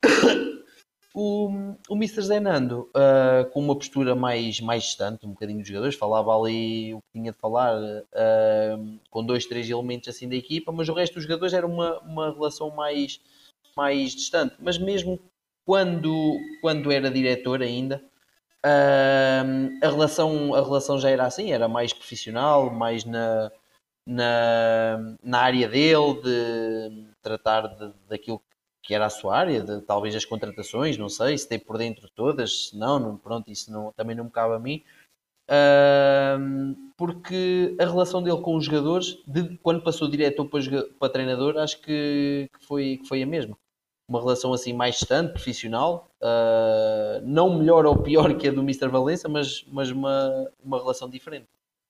O, o mister Zenando, uh, com uma postura mais, mais distante, um bocadinho dos jogadores, falava ali o que tinha de falar, uh, com dois, três elementos assim da equipa, mas o resto dos jogadores era uma, uma relação mais, mais distante. Mas mesmo quando, quando era diretor ainda, uh, a, relação, a relação já era assim, era mais profissional, mais na, na, na área dele, de tratar de, daquilo que era a sua área, de, talvez as contratações, não sei, se tem por dentro todas, se não, não, pronto, isso não, também não me cabe a mim, uh, porque a relação dele com os jogadores, de, quando passou diretor para, para treinador, acho que, que, foi, que foi a mesma. Uma relação assim mais distante, profissional, uh, não melhor ou pior que a do mister Valença, mas, mas uma, uma relação diferente.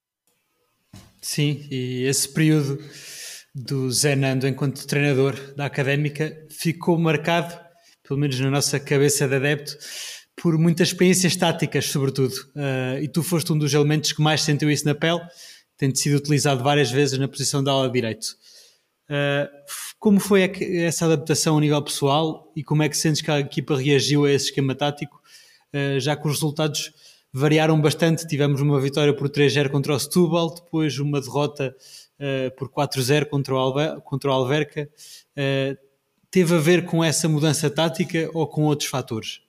Sim, e esse período do Zenando enquanto treinador da Académica ficou marcado, pelo menos na nossa cabeça de adepto, por muitas experiências táticas, sobretudo. Uh, e tu foste um dos elementos que mais sentiu isso na pele, tendo sido utilizado várias vezes na posição de ala direito. Uh, como foi essa adaptação a nível pessoal e como é que sentes que a equipa reagiu a esse esquema tático, uh, já que os resultados variaram bastante? Tivemos uma vitória por três a zero contra o Setúbal, depois uma derrota uh, por quatro a zero contra o, Alver- contra o Alverca. Uh, teve a ver com essa mudança tática ou com outros fatores?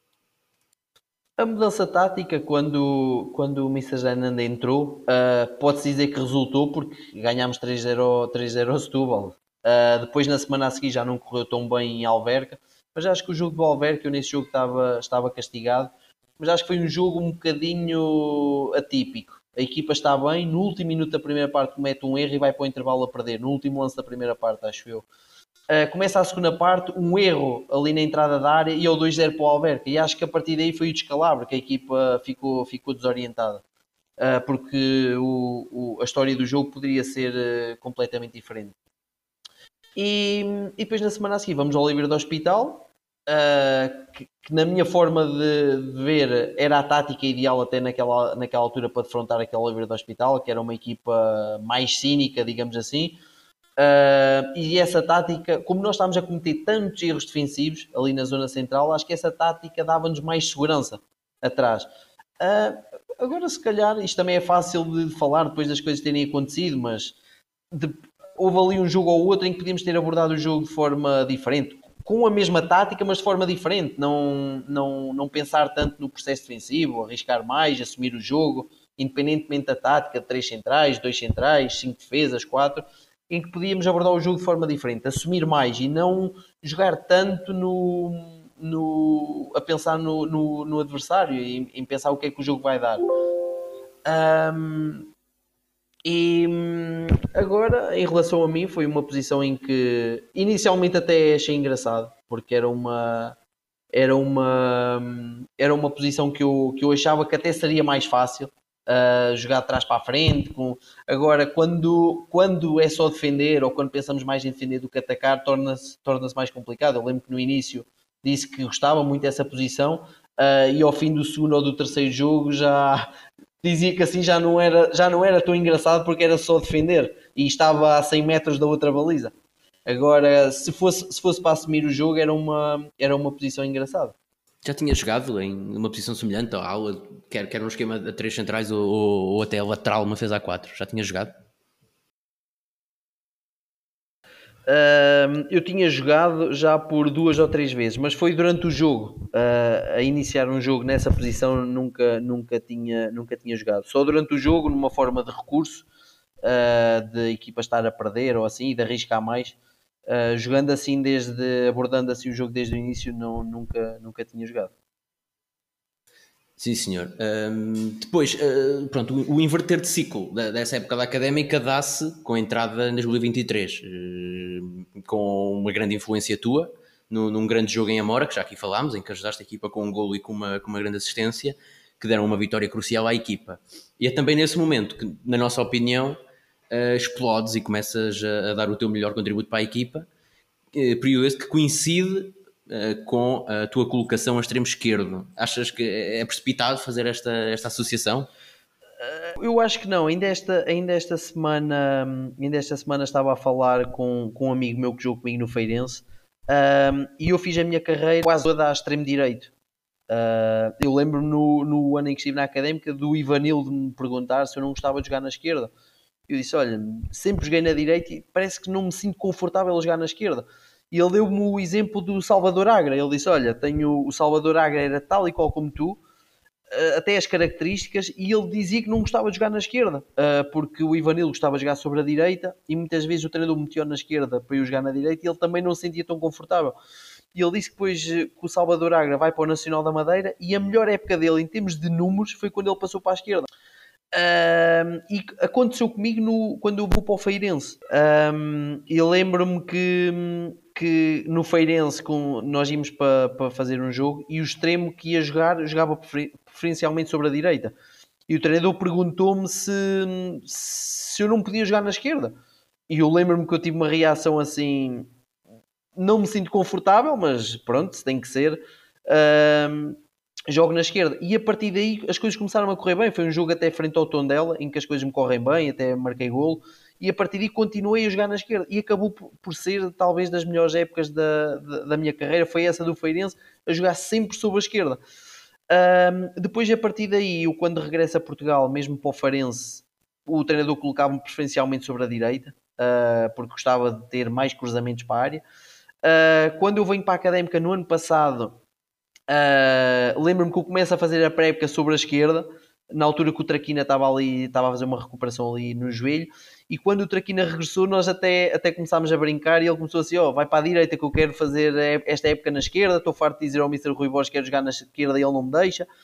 A mudança tática, quando, quando o mister Zenando entrou, uh, pode-se dizer que resultou, porque ganhámos três a zero, três a zero ao Setúbal. Uh, depois, na semana a seguir, já não correu tão bem em Alverca, mas acho que o jogo do Alverca, eu nesse jogo estava, estava castigado, mas acho que foi um jogo um bocadinho atípico. A equipa está bem, no último minuto da primeira parte comete um erro e vai para o intervalo a perder, no último lance da primeira parte, acho eu. Uh, começa a segunda parte, um erro ali na entrada da área e é o dois zero para o Alverca, e acho que a partir daí foi o descalabro, que a equipa ficou, ficou desorientada, uh, porque o, o, a história do jogo poderia ser uh, completamente diferente. E, e depois na semana a seguir vamos ao Oliveira do Hospital, uh, que, que na minha forma de, de ver era a tática ideal até naquela, naquela altura para defrontar aquele Oliveira do Hospital, que era uma equipa mais cínica, digamos assim. Uh, e essa tática, como nós estávamos a cometer tantos erros defensivos ali na zona central, acho que essa tática dava-nos mais segurança atrás. Uh, agora, se calhar, isto também é fácil de falar depois das coisas terem acontecido, mas de, houve ali um jogo ou outro em que podíamos ter abordado o jogo de forma diferente, com a mesma tática, mas de forma diferente. Não, não, não pensar tanto no processo defensivo, arriscar mais, assumir o jogo, independentemente da tática, de três centrais, dois centrais, cinco defesas, quatro, em que podíamos abordar o jogo de forma diferente, assumir mais e não jogar tanto no, no, a pensar no, no, no adversário e em, em pensar o que é que o jogo vai dar. Um, e agora, em relação a mim, foi uma posição em que inicialmente até achei engraçado, porque era uma era uma era uma posição que eu, que eu achava que até seria mais fácil. Uh, jogar de trás para a frente. Com... Agora, quando, quando é só defender ou quando pensamos mais em defender do que atacar, torna-se, torna-se mais complicado. Eu lembro que no início disse que gostava muito dessa posição, uh, e ao fim do segundo ou do terceiro jogo já dizia que assim já não era, já não era tão engraçado porque era só defender e estava a cem metros da outra baliza. Agora, se fosse, se fosse para assumir o jogo, era uma, era uma posição engraçada. Já tinha jogado em uma posição semelhante à aula, quer, quer um esquema a três centrais ou, ou, ou até lateral, uma defesa a quatro? Já tinha jogado? Uh, eu tinha jogado já por duas ou três vezes, mas foi durante o jogo. Uh, a iniciar um jogo nessa posição nunca, nunca, tinha, nunca tinha jogado. Só durante o jogo, numa forma de recurso, uh, de equipa estar a perder ou assim, e de arriscar mais. Uh, jogando assim desde abordando assim o jogo desde o início, não, nunca, nunca tinha jogado. Sim, senhor. Um, depois, uh, pronto, o, o inverter de ciclo da, dessa época da Académica dá-se com a entrada em dois mil e vinte e três, uh, com uma grande influência tua, no, num grande jogo em Amora, que já aqui falámos, em que ajudaste a equipa com um golo e com uma, com uma grande assistência, que deram uma vitória crucial à equipa. E é também nesse momento que, na nossa opinião, Uh, explodes e começas a, a dar o teu melhor contributo para a equipa, uh, período esse que coincide uh, com a tua colocação a extremo esquerdo. Achas que é precipitado fazer esta, esta associação? Uh, eu acho que não. Ainda esta, ainda esta semana ainda esta semana estava a falar com, com um amigo meu que jogou comigo no Feirense, um, e eu fiz a minha carreira quase toda a extremo direito. Uh, eu lembro-me no, no ano em que estive na Académica do Ivanildo me perguntar se eu não gostava de jogar na esquerda. Eu disse, olha, sempre joguei na direita e parece que não me sinto confortável a jogar na esquerda. E ele deu-me o exemplo do Salvador Agra. Ele disse, olha, tenho o Salvador Agra era tal e qual como tu, até as características, e ele dizia que não gostava de jogar na esquerda, porque o Ivanil gostava de jogar sobre a direita e muitas vezes o treinador me meteu na esquerda para eu jogar na direita e ele também não se sentia tão confortável. E ele disse que depois que o Salvador Agra vai para o Nacional da Madeira e a melhor época dele em termos de números foi quando ele passou para a esquerda. Um, e aconteceu comigo no, quando eu vou para o Feirense. Um, e lembro-me que, que no Feirense com, nós íamos para, para fazer um jogo e o extremo que ia jogar jogava preferencialmente sobre a direita. E o treinador perguntou-me se, se eu não podia jogar na esquerda. E eu lembro-me que eu tive uma reação assim: não me sinto confortável, mas pronto, se tem que ser. Um, jogo na esquerda, e a partir daí as coisas começaram a correr bem. Foi um jogo até frente ao Tondela em que as coisas me correm bem, até marquei golo, e a partir daí continuei a jogar na esquerda e acabou por ser talvez das melhores épocas da, da, da minha carreira. Foi essa do Feirense, a jogar sempre sobre a esquerda. Um, depois a partir daí, eu quando regresso a Portugal, mesmo para o Feirense, o treinador colocava-me preferencialmente sobre a direita, uh, porque gostava de ter mais cruzamentos para a área. Uh, quando eu venho para a Académica no ano passado, Uh, lembro-me que eu começo a fazer a pré-época sobre a esquerda, na altura que o Traquina estava ali, estava a fazer uma recuperação ali no joelho, e quando o Traquina regressou nós até, até começámos a brincar e ele começou assim, oh, vai para a direita que eu quero fazer esta época na esquerda, estou farto de dizer ao mister Rui Borges que quero jogar na esquerda e ele não me deixa.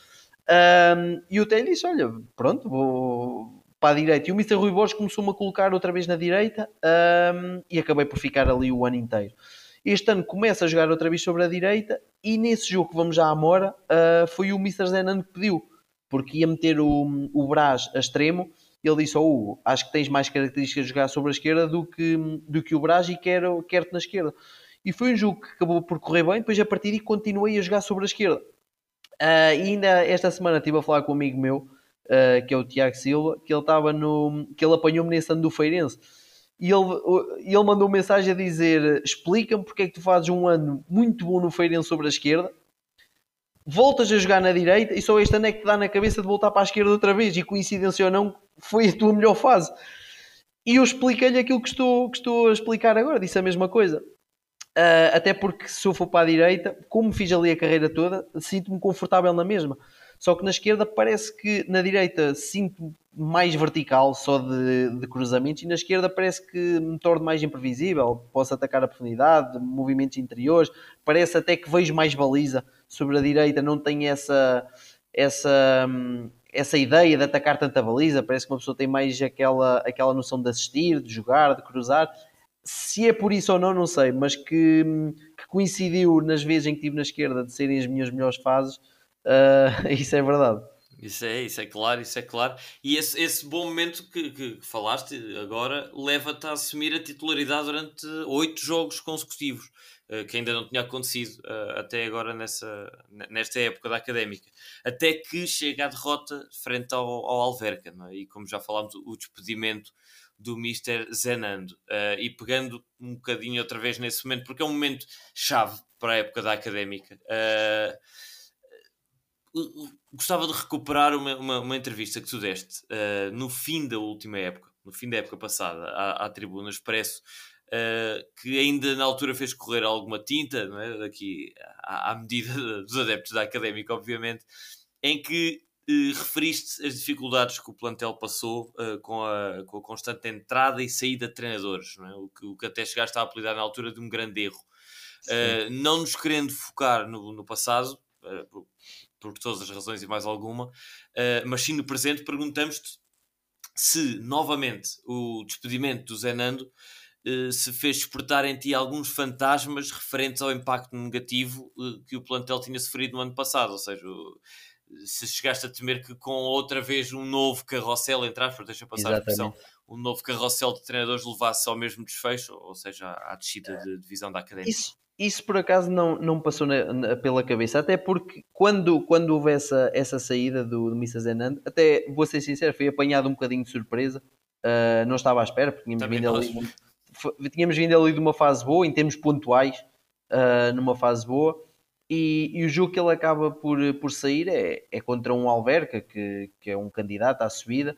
Um, e eu até lhe disse, olha, pronto, vou para a direita. E o mister Rui Borges começou-me a colocar outra vez na direita, um, e acabei por ficar ali o ano inteiro. Este ano começa a jogar outra vez sobre a direita, e nesse jogo que vamos já à Mora, uh, foi o mister Zenan que pediu, porque ia meter o, o Brás a extremo. Ele disse, oh Hugo, acho que tens mais características de jogar sobre a esquerda do que, do que o Brás, e quero, quero-te na esquerda. E foi um jogo que acabou por correr bem. Depois a partir daí continuei a jogar sobre a esquerda. Uh, e ainda esta semana estive a falar com um amigo meu, uh, que é o Tiago Silva, que ele estava no, que ele apanhou-me nesse ano do Feirense, e ele, ele mandou mensagem a dizer, explica-me porque é que tu fazes um ano muito bom no Feirense sobre a esquerda, voltas a jogar na direita e só este ano é que te dá na cabeça de voltar para a esquerda outra vez, e coincidência ou não, foi a tua melhor fase. E eu expliquei-lhe aquilo que estou, que estou a explicar agora, disse a mesma coisa. Uh, até porque se eu for para a direita, como fiz ali a carreira toda, sinto-me confortável na mesma. Só que na esquerda parece que na direita sinto mais vertical, só de, de cruzamentos, e na esquerda parece que me torno mais imprevisível, posso atacar a profundidade, movimentos interiores, parece até que vejo mais baliza. Sobre a direita não tenho essa, essa, essa ideia de atacar tanta baliza, parece que uma pessoa tem mais aquela, aquela noção de assistir, de jogar, de cruzar. Se é por isso ou não, não sei, mas que, que coincidiu nas vezes em que estive na esquerda de serem as minhas melhores fases, uh, isso é verdade. Isso é, isso é claro, isso é claro. E esse, esse bom momento que, que falaste agora leva-te a assumir a titularidade durante oito jogos consecutivos, uh, que ainda não tinha acontecido uh, até agora nessa, nesta época da Académica. Até que chega a derrota frente ao, ao Alverca, não é? E como já falámos, o despedimento do mister Zenando, uh, e pegando um bocadinho outra vez nesse momento, porque é um momento chave para a época da Académica. Uh, gostava de recuperar uma, uma, uma entrevista que tu deste uh, no fim da última época, no fim da época passada, à, à Tribuna Expresso, uh, que ainda na altura fez correr alguma tinta, não é? Daqui à, à medida dos adeptos da Académica, obviamente, em que Uh, referiste as dificuldades que o plantel passou uh, com, a, com a constante entrada e saída de treinadores, não é? o, que, o que até chegaste a apelidar na altura de um grande erro. Uh, não nos querendo focar no, no passado, uh, por, por todas as razões e mais alguma, uh, mas sim no presente, perguntamos-te se, novamente, o despedimento do Zenando uh, se fez despertar em ti alguns fantasmas referentes ao impacto negativo uh, que o plantel tinha sofrido no ano passado, ou seja... O, se chegaste a temer que com outra vez um novo carrossel, entre aspas, deixa passar a expressão, um novo carrossel de treinadores levasse ao mesmo desfecho, ou seja, à descida de divisão da Académica. Isso, isso por acaso não, não passou na, na, pela cabeça, até porque quando, quando houve essa, essa saída do, do mister Zenando, até vou ser sincero, fui apanhado um bocadinho de surpresa, uh, não estava à espera, porque tínhamos vindo, ali, tínhamos vindo ali de uma fase boa, em termos pontuais, uh, numa fase boa. E, e o jogo que ele acaba por, por sair é, é contra um Alverca, que, que é um candidato à subida.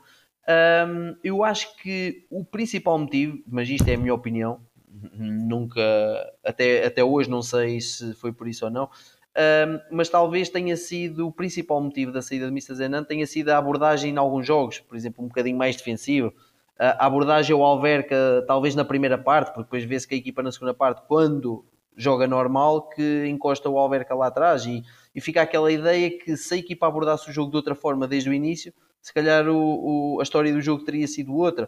Um, eu acho que o principal motivo, mas isto é a minha opinião, nunca, até, até hoje não sei se foi por isso ou não, um, mas talvez tenha sido o principal motivo da saída de mister Zenando, tenha sido a abordagem em alguns jogos, por exemplo, um bocadinho mais defensiva. A abordagem ao Alverca, talvez na primeira parte, porque depois vê-se que a equipa na segunda parte, quando joga normal, que encosta o Alverca lá atrás, e, e fica aquela ideia que se a equipa abordasse o jogo de outra forma desde o início, se calhar o, o, a história do jogo teria sido outra.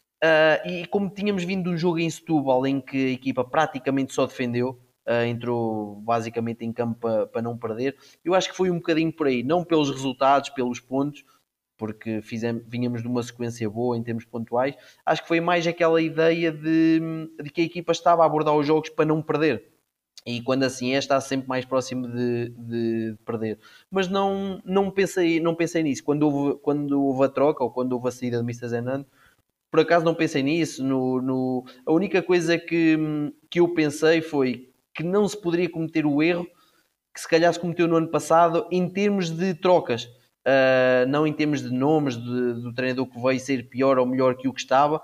Uh, e como tínhamos vindo de um jogo em Setúbal em que a equipa praticamente só defendeu, uh, entrou basicamente em campo para, para não perder, eu acho que foi um bocadinho por aí, não pelos resultados, pelos pontos, porque fizemos, vinhamos de uma sequência boa em termos pontuais. Acho que foi mais aquela ideia de, de que a equipa estava a abordar os jogos para não perder, e quando assim é, está sempre mais próximo de, de perder. Mas não, não, pensei, não pensei nisso. Quando houve, quando houve a troca, ou quando houve a saída de mister Zenando, por acaso não pensei nisso. No, no... A única coisa que, que eu pensei foi que não se poderia cometer o erro que se calhar se cometeu no ano passado em termos de trocas. Uh, não em termos de nomes de, do treinador que veio ser pior ou melhor que o que estava,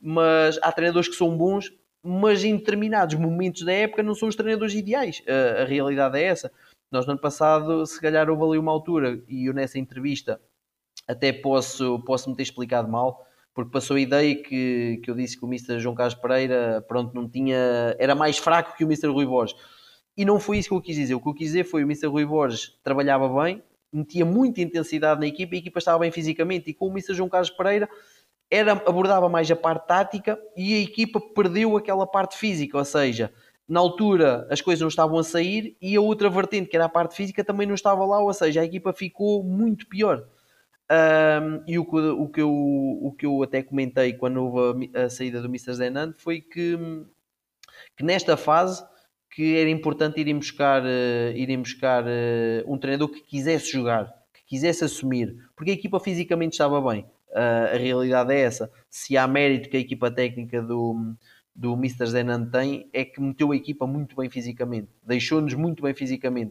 mas há treinadores que são bons, mas em determinados momentos da época não são os treinadores ideais. Uh, a realidade é essa. Nós no ano passado, se calhar houve ali uma altura, e eu nessa entrevista até posso, posso me ter explicado mal, porque passou a ideia que, que eu disse que o mister João Carlos Pereira, pronto, não tinha, era mais fraco que o mister Rui Borges. E não foi isso que eu quis dizer. O que eu quis dizer foi o mister Rui Borges trabalhava bem, metia muita intensidade na equipa e a equipa estava bem fisicamente. E com o mister João Carlos Pereira era, abordava mais a parte tática e a equipa perdeu aquela parte física, ou seja, na altura as coisas não estavam a sair e a outra vertente, que era a parte física, também não estava lá, ou seja, a equipa ficou muito pior. Um, e o que, o, que eu, o que eu até comentei quando houve a, a saída do mister Zenan foi que, que nesta fase que era importante irem buscar, uh, irem buscar uh, um treinador que quisesse jogar, que quisesse assumir, porque a equipa fisicamente estava bem. Uh, a realidade é essa. Se há mérito que a equipa técnica do, do mister Zenan tem, é que meteu a equipa muito bem fisicamente, deixou-nos muito bem fisicamente.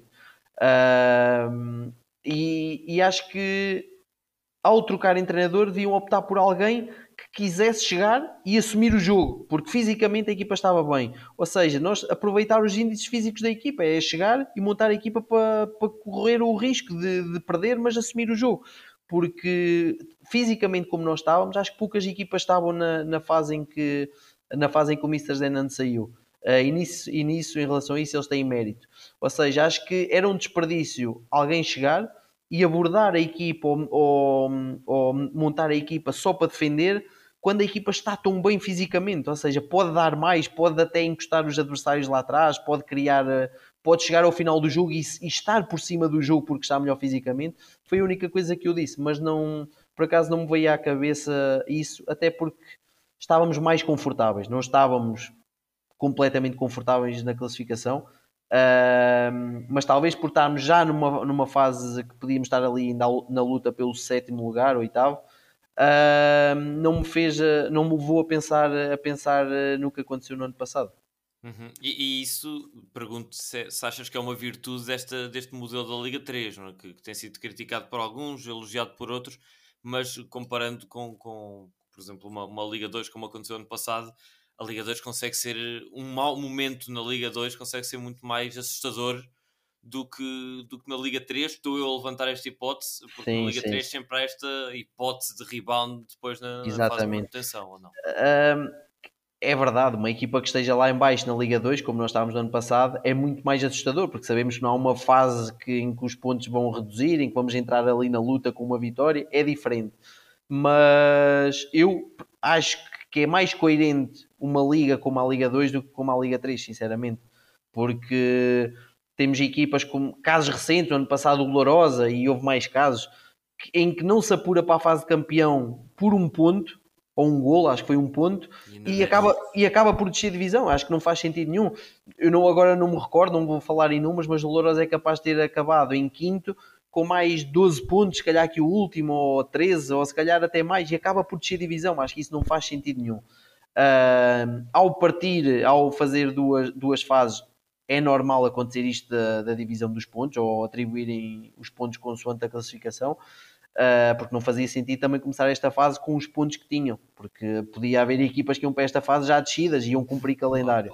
Uh, e, e acho que ao trocar em treinador, deviam optar por alguém que quisesse chegar e assumir o jogo, porque fisicamente a equipa estava bem. Ou seja, nós aproveitar os índices físicos da equipa, é chegar e montar a equipa para, para correr o risco de, de perder, mas assumir o jogo. Porque fisicamente, como nós estávamos, acho que poucas equipas estavam na, na, fase, em que, na fase em que o mister Zenan saiu. Uh, e, nisso, e nisso, em relação a isso, eles têm mérito. Ou seja, acho que era um desperdício alguém chegar e abordar a equipa ou, ou, ou montar a equipa só para defender quando a equipa está tão bem fisicamente, ou seja, pode dar mais, pode até encostar os adversários lá atrás, pode criar, pode chegar ao final do jogo e, e estar por cima do jogo porque está melhor fisicamente. Foi a única coisa que eu disse, mas não, por acaso não me veio à cabeça isso, até porque estávamos mais confortáveis, não estávamos completamente confortáveis na classificação. Uh, mas talvez por estarmos já numa, numa fase que podíamos estar ali na, na luta pelo sétimo lugar, oitavo, uh, não me fez, não me levou a pensar, a pensar no que aconteceu no ano passado. Uhum. E, e isso, pergunto se, se achas que é uma virtude desta, deste modelo da Liga três, não é? que, que tem sido criticado por alguns, elogiado por outros, mas comparando com, com por exemplo, uma, uma Liga dois como aconteceu ano passado, a Liga dois consegue ser um mau momento na Liga dois, consegue ser muito mais assustador do que, do que na Liga três. Estou eu a levantar esta hipótese, porque sim, na Liga sim. três sempre há esta hipótese de rebound depois na, na fase de manutenção, ou não? Um, é verdade, uma equipa que esteja lá em baixo na Liga dois, como nós estávamos no ano passado, é muito mais assustador, porque sabemos que não há uma fase que, em que os pontos vão reduzir, em que vamos entrar ali na luta com uma vitória, é diferente. Mas eu acho que é mais coerente uma liga como a Liga dois do que como a Liga três, sinceramente, porque temos equipas com casos recentes, no ano passado o Lourosa, e houve mais casos em que não se apura para a fase de campeão por um ponto ou um golo, acho que foi um ponto, e, e acaba, e acaba por descer divisão. Acho que não faz sentido nenhum. Eu não, agora não me recordo, não vou falar em números, mas o Lourosa é capaz de ter acabado em quinto com mais doze pontos, se calhar que o último, ou treze, ou se calhar até mais, e acaba por descer divisão. Acho que isso não faz sentido nenhum. Uh, ao partir, ao fazer duas, duas fases, é normal acontecer isto da, da divisão dos pontos, ou atribuírem os pontos consoante a classificação, uh, porque não fazia sentido também começar esta fase com os pontos que tinham, porque podia haver equipas que iam para esta fase já descidas e iam cumprir calendário.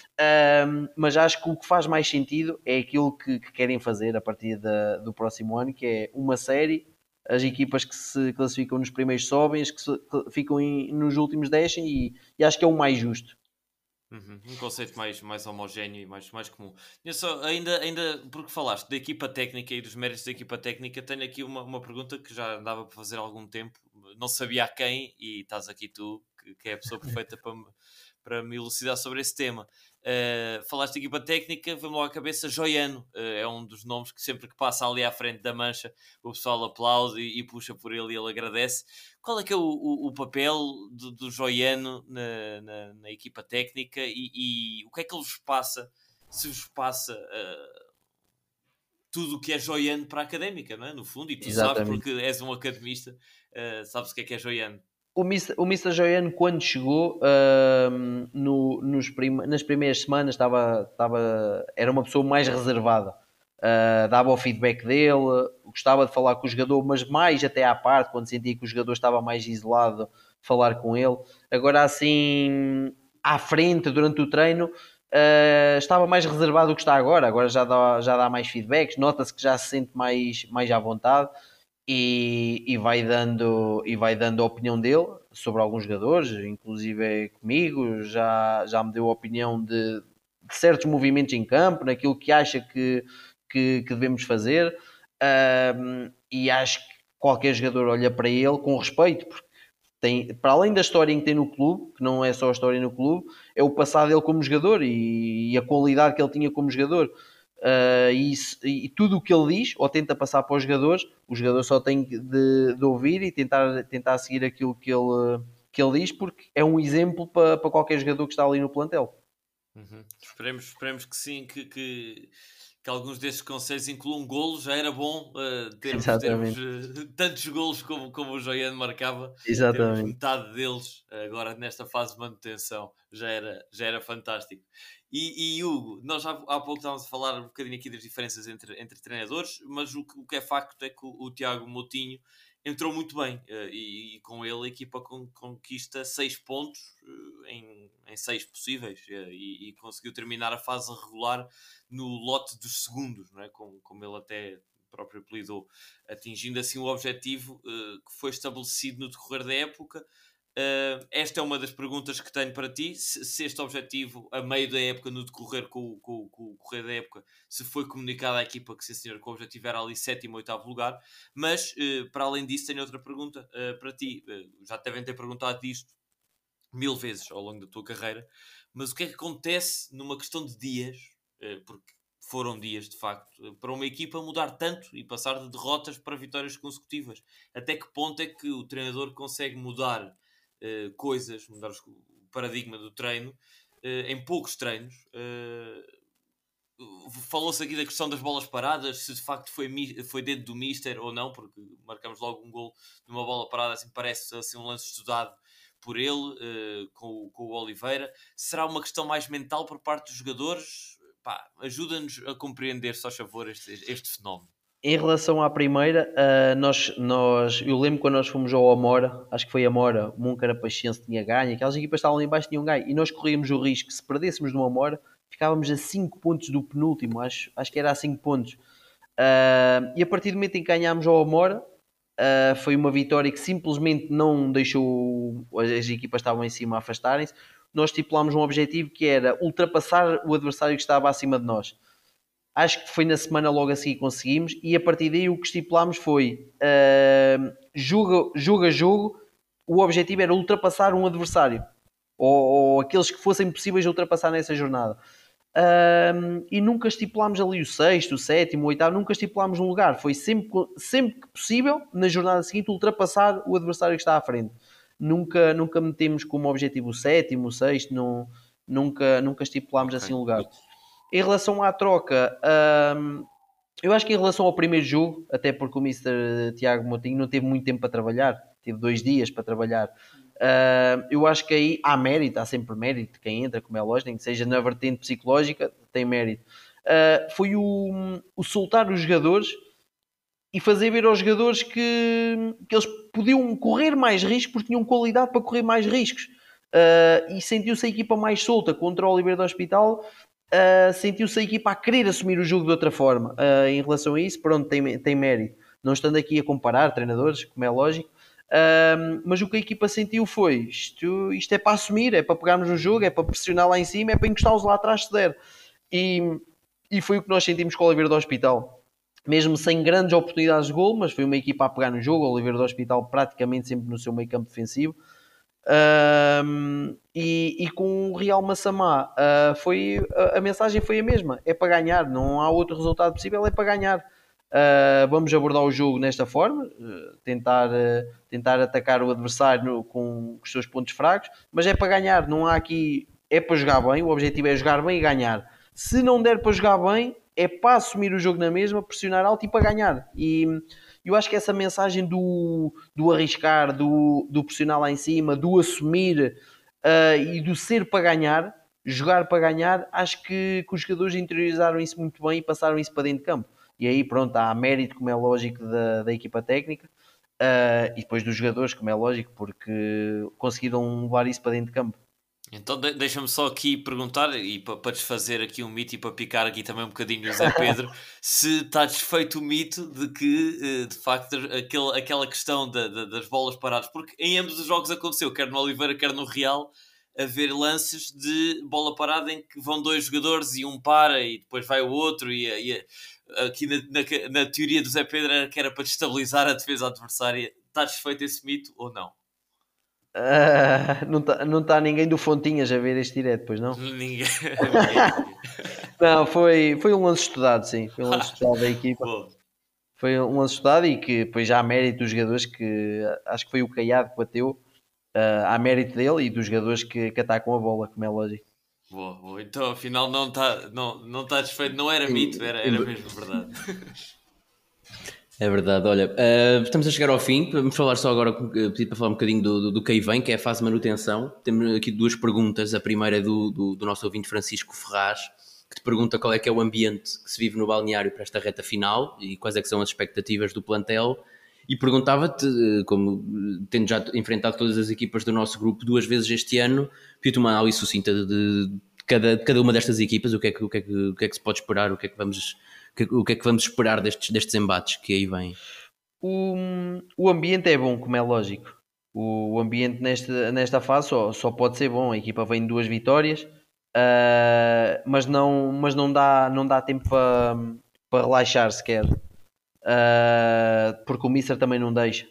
Um, mas acho que o que faz mais sentido é aquilo que, que querem fazer a partir da, do próximo ano, que é uma série, as equipas que se classificam nos primeiros sobem, as que, se, que ficam em, nos últimos descem, e, e acho que é o mais justo. Uhum. Um conceito mais, mais homogéneo e mais, mais comum. Eu só, ainda, ainda porque falaste da equipa técnica e dos méritos da equipa técnica, tenho aqui uma, uma pergunta que já andava para fazer há algum tempo, não sabia a quem, e estás aqui tu, que, que é a pessoa perfeita para me, para me elucidar sobre esse tema. Uh, falaste de equipa técnica, vem-me logo à cabeça Joiano, uh, é um dos nomes que sempre que passa ali à frente da mancha o pessoal aplaude e, e puxa por ele e ele agradece. Qual é que é o, o, o papel do, do Joiano na, na, na equipa técnica e, e o que é que ele vos passa, se vos passa uh, tudo o que é Joiano para a Académica, não é? No fundo, e tu Exatamente. Sabes porque és um academista, uh, sabes o que é que é Joiano. O mister O mister Joiano, quando chegou, uh, no, nos prim- nas primeiras semanas, estava, estava, era uma pessoa mais reservada. Uh, dava o feedback dele, gostava de falar com o jogador, mas mais até à parte, quando sentia que o jogador estava mais isolado, falar com ele. Agora, assim, à frente, durante o treino, uh, estava mais reservado do que está agora. Agora já dá, já dá mais feedbacks, nota-se que já se sente mais, mais à vontade. E, e, vai dando, e vai dando a opinião dele sobre alguns jogadores, inclusive comigo, já, já me deu a opinião de, de certos movimentos em campo, naquilo que acha que, que, que devemos fazer. um, e acho que qualquer jogador olha para ele com respeito, porque tem, para além da história que tem no clube, que não é só a história no clube, é o passado dele como jogador e, e a qualidade que ele tinha como jogador. Uh, e, e tudo o que ele diz ou tenta passar para os jogadores, o jogador só tem de, de ouvir e tentar, tentar seguir aquilo que ele, que ele diz, porque é um exemplo para, para qualquer jogador que está ali no plantel. Uhum. Esperemos, esperemos que sim, que, que, que alguns destes conselhos incluam golos. Já era bom uh, termos, termos uh, tantos golos como, como o Joiano marcava. Exatamente. Termos metade deles uh, agora nesta fase de manutenção. Já era, já era fantástico. E, e Hugo, nós já há pouco estávamos a falar um bocadinho aqui das diferenças entre, entre treinadores, mas o que, o que é facto é que o, o Tiago Moutinho entrou muito bem uh, e, e com ele a equipa con, conquista seis pontos uh, em, em seis possíveis uh, e, e conseguiu terminar a fase regular no lote dos segundos, não é? como, como ele até próprio apelidou, atingindo assim o objetivo uh, que foi estabelecido no decorrer da época. Uh, esta é uma das perguntas que tenho para ti, se, se este objetivo a meio da época, no decorrer com, com, com o correr da época, se foi comunicado à equipa que sim senhor, que o objetivo era ali sétimo, oitavo lugar, mas uh, para além disso tenho outra pergunta uh, para ti, uh, já devem ter perguntado disto mil vezes ao longo da tua carreira, mas o que é que acontece numa questão de dias, uh, porque foram dias de facto, para uma equipa mudar tanto e passar de derrotas para vitórias consecutivas? Até que ponto é que o treinador consegue mudar Uh, coisas, mudar o paradigma do treino uh, em poucos treinos? Uh, falou-se aqui da questão das bolas paradas, se de facto foi, foi dedo do Mister ou não, porque marcamos logo um gol de uma bola parada, assim, parece assim, um lance estudado por ele, uh, com, com o Oliveira. Será uma questão mais mental por parte dos jogadores? Pá, ajuda-nos a compreender, só favor, este, este fenómeno. Em relação à primeira, uh, nós, nós, eu lembro quando nós fomos ao Amora, acho que foi Amora, o Moncarapachense tinha ganho, aquelas equipas estavam ali em baixo tinham ganho, e nós corríamos o risco, se perdêssemos no Amora, ficávamos a cinco pontos do penúltimo, acho, acho que era a cinco pontos. Uh, e a partir do momento em que ganhámos ao Amora, uh, foi uma vitória que simplesmente não deixou as equipas que estavam em cima afastarem-se. Nós estipulámos um objetivo que era ultrapassar o adversário que estava acima de nós. Acho que foi na semana logo a seguir conseguimos, e a partir daí o que estipulámos foi uh, jogo, jogo a jogo, o objetivo era ultrapassar um adversário ou, ou aqueles que fossem possíveis de ultrapassar nessa jornada. Uh, e nunca estipulámos ali o sexto, o sétimo, o oitavo, nunca estipulámos um lugar. Foi sempre, sempre que possível, na jornada seguinte, ultrapassar o adversário que está à frente. Nunca, nunca metemos como objetivo o sétimo, o sexto, não, nunca, nunca estipulámos okay. assim um lugar. Em relação à troca, hum, eu acho que em relação ao primeiro jogo, até porque o mister Tiago Moutinho não teve muito tempo para trabalhar, teve dois dias para trabalhar, hum, eu acho que aí há mérito, há sempre mérito, quem entra, como é lógico, nem que seja na vertente psicológica, tem mérito. Uh, foi o, o soltar os jogadores e fazer ver aos jogadores que, que eles podiam correr mais riscos porque tinham qualidade para correr mais riscos. Uh, e sentiu-se a equipa mais solta contra o Oliveira do Hospital. Uh, sentiu-se a equipa a querer assumir o jogo de outra forma. Uh, em relação a isso, pronto, tem, tem mérito. Não estando aqui a comparar treinadores, como é lógico, uh, mas o que a equipa sentiu foi isto, isto é para assumir, é para pegarmos no jogo, é para pressionar lá em cima, é para encostá-los lá atrás se der. E, e foi o que nós sentimos com o Oliveira do Hospital. Mesmo sem grandes oportunidades de gol, mas foi uma equipa a pegar no jogo. O Oliveira do Hospital praticamente sempre no seu meio campo defensivo. Um, e, e com o Real Massamá uh, foi, a, a mensagem foi a mesma, é para ganhar, não há outro resultado possível, é para ganhar. Uh, vamos abordar o jogo nesta forma, uh, tentar, uh, tentar atacar o adversário no, com os seus pontos fracos, mas é para ganhar, não há aqui, é para jogar bem, o objetivo é jogar bem e ganhar. Se não der para jogar bem, é para assumir o jogo na mesma, pressionar alto e para ganhar. E eu acho que essa mensagem do, do arriscar, do, do pressionar lá em cima, do assumir uh, e do ser para ganhar, jogar para ganhar, acho que, que os jogadores interiorizaram isso muito bem e passaram isso para dentro de campo. E aí, pronto, há mérito, como é lógico, da, da equipa técnica uh, e depois dos jogadores, como é lógico, porque conseguiram levar isso para dentro de campo. Então de- deixa-me só aqui perguntar, e pa- para desfazer aqui um mito e para picar aqui também um bocadinho o Zé Pedro, se está desfeito o mito de que, eh, de facto, aquele, aquela questão da- da- das bolas paradas, porque em ambos os jogos aconteceu, quer no Oliveira, quer no Real, haver lances de bola parada em que vão dois jogadores e um para e depois vai o outro e, e aqui na, na, na teoria do Zé Pedro era que era para destabilizar a defesa adversária. Está desfeito esse mito ou não? Uh, não está não tá ninguém do Fontinhas a ver este direto, pois não? Ninguém. ninguém. Não, foi, foi um lance estudado, sim. Foi um lance estudado da equipa. Bom. Foi um lance estudado e que depois já há mérito dos jogadores que acho que foi o Caiado que bateu. Uh, há mérito dele e dos jogadores que, que atacam a bola, como é lógico. Boa, boa. Então afinal não está não, não tá desfeito, não era mito, era, era mesmo verdade. É verdade, olha, uh, estamos a chegar ao fim, vamos falar só agora, pedir para falar um bocadinho do, do, do que aí vem, que é a fase de manutenção. Temos aqui duas perguntas, a primeira é do, do, do nosso ouvinte Francisco Ferraz, que te pergunta qual é que é o ambiente que se vive no balneário para esta reta final e quais é que são as expectativas do plantel, e perguntava-te, como tendo já enfrentado todas as equipas do nosso grupo duas vezes este ano, pedir-te uma análise sucinta de, de, cada, de cada uma destas equipas, o que, é que, o, que é que, o que é que se pode esperar, o que é que vamos... O que é que vamos esperar destes, destes embates que aí vêm? O, o ambiente é bom, como é lógico. O, o ambiente nesta, nesta fase só, só pode ser bom. A equipa vem de duas vitórias, uh, mas, não, mas não, dá, não dá tempo para, para relaxar sequer. Uh, porque o Mister também não deixa.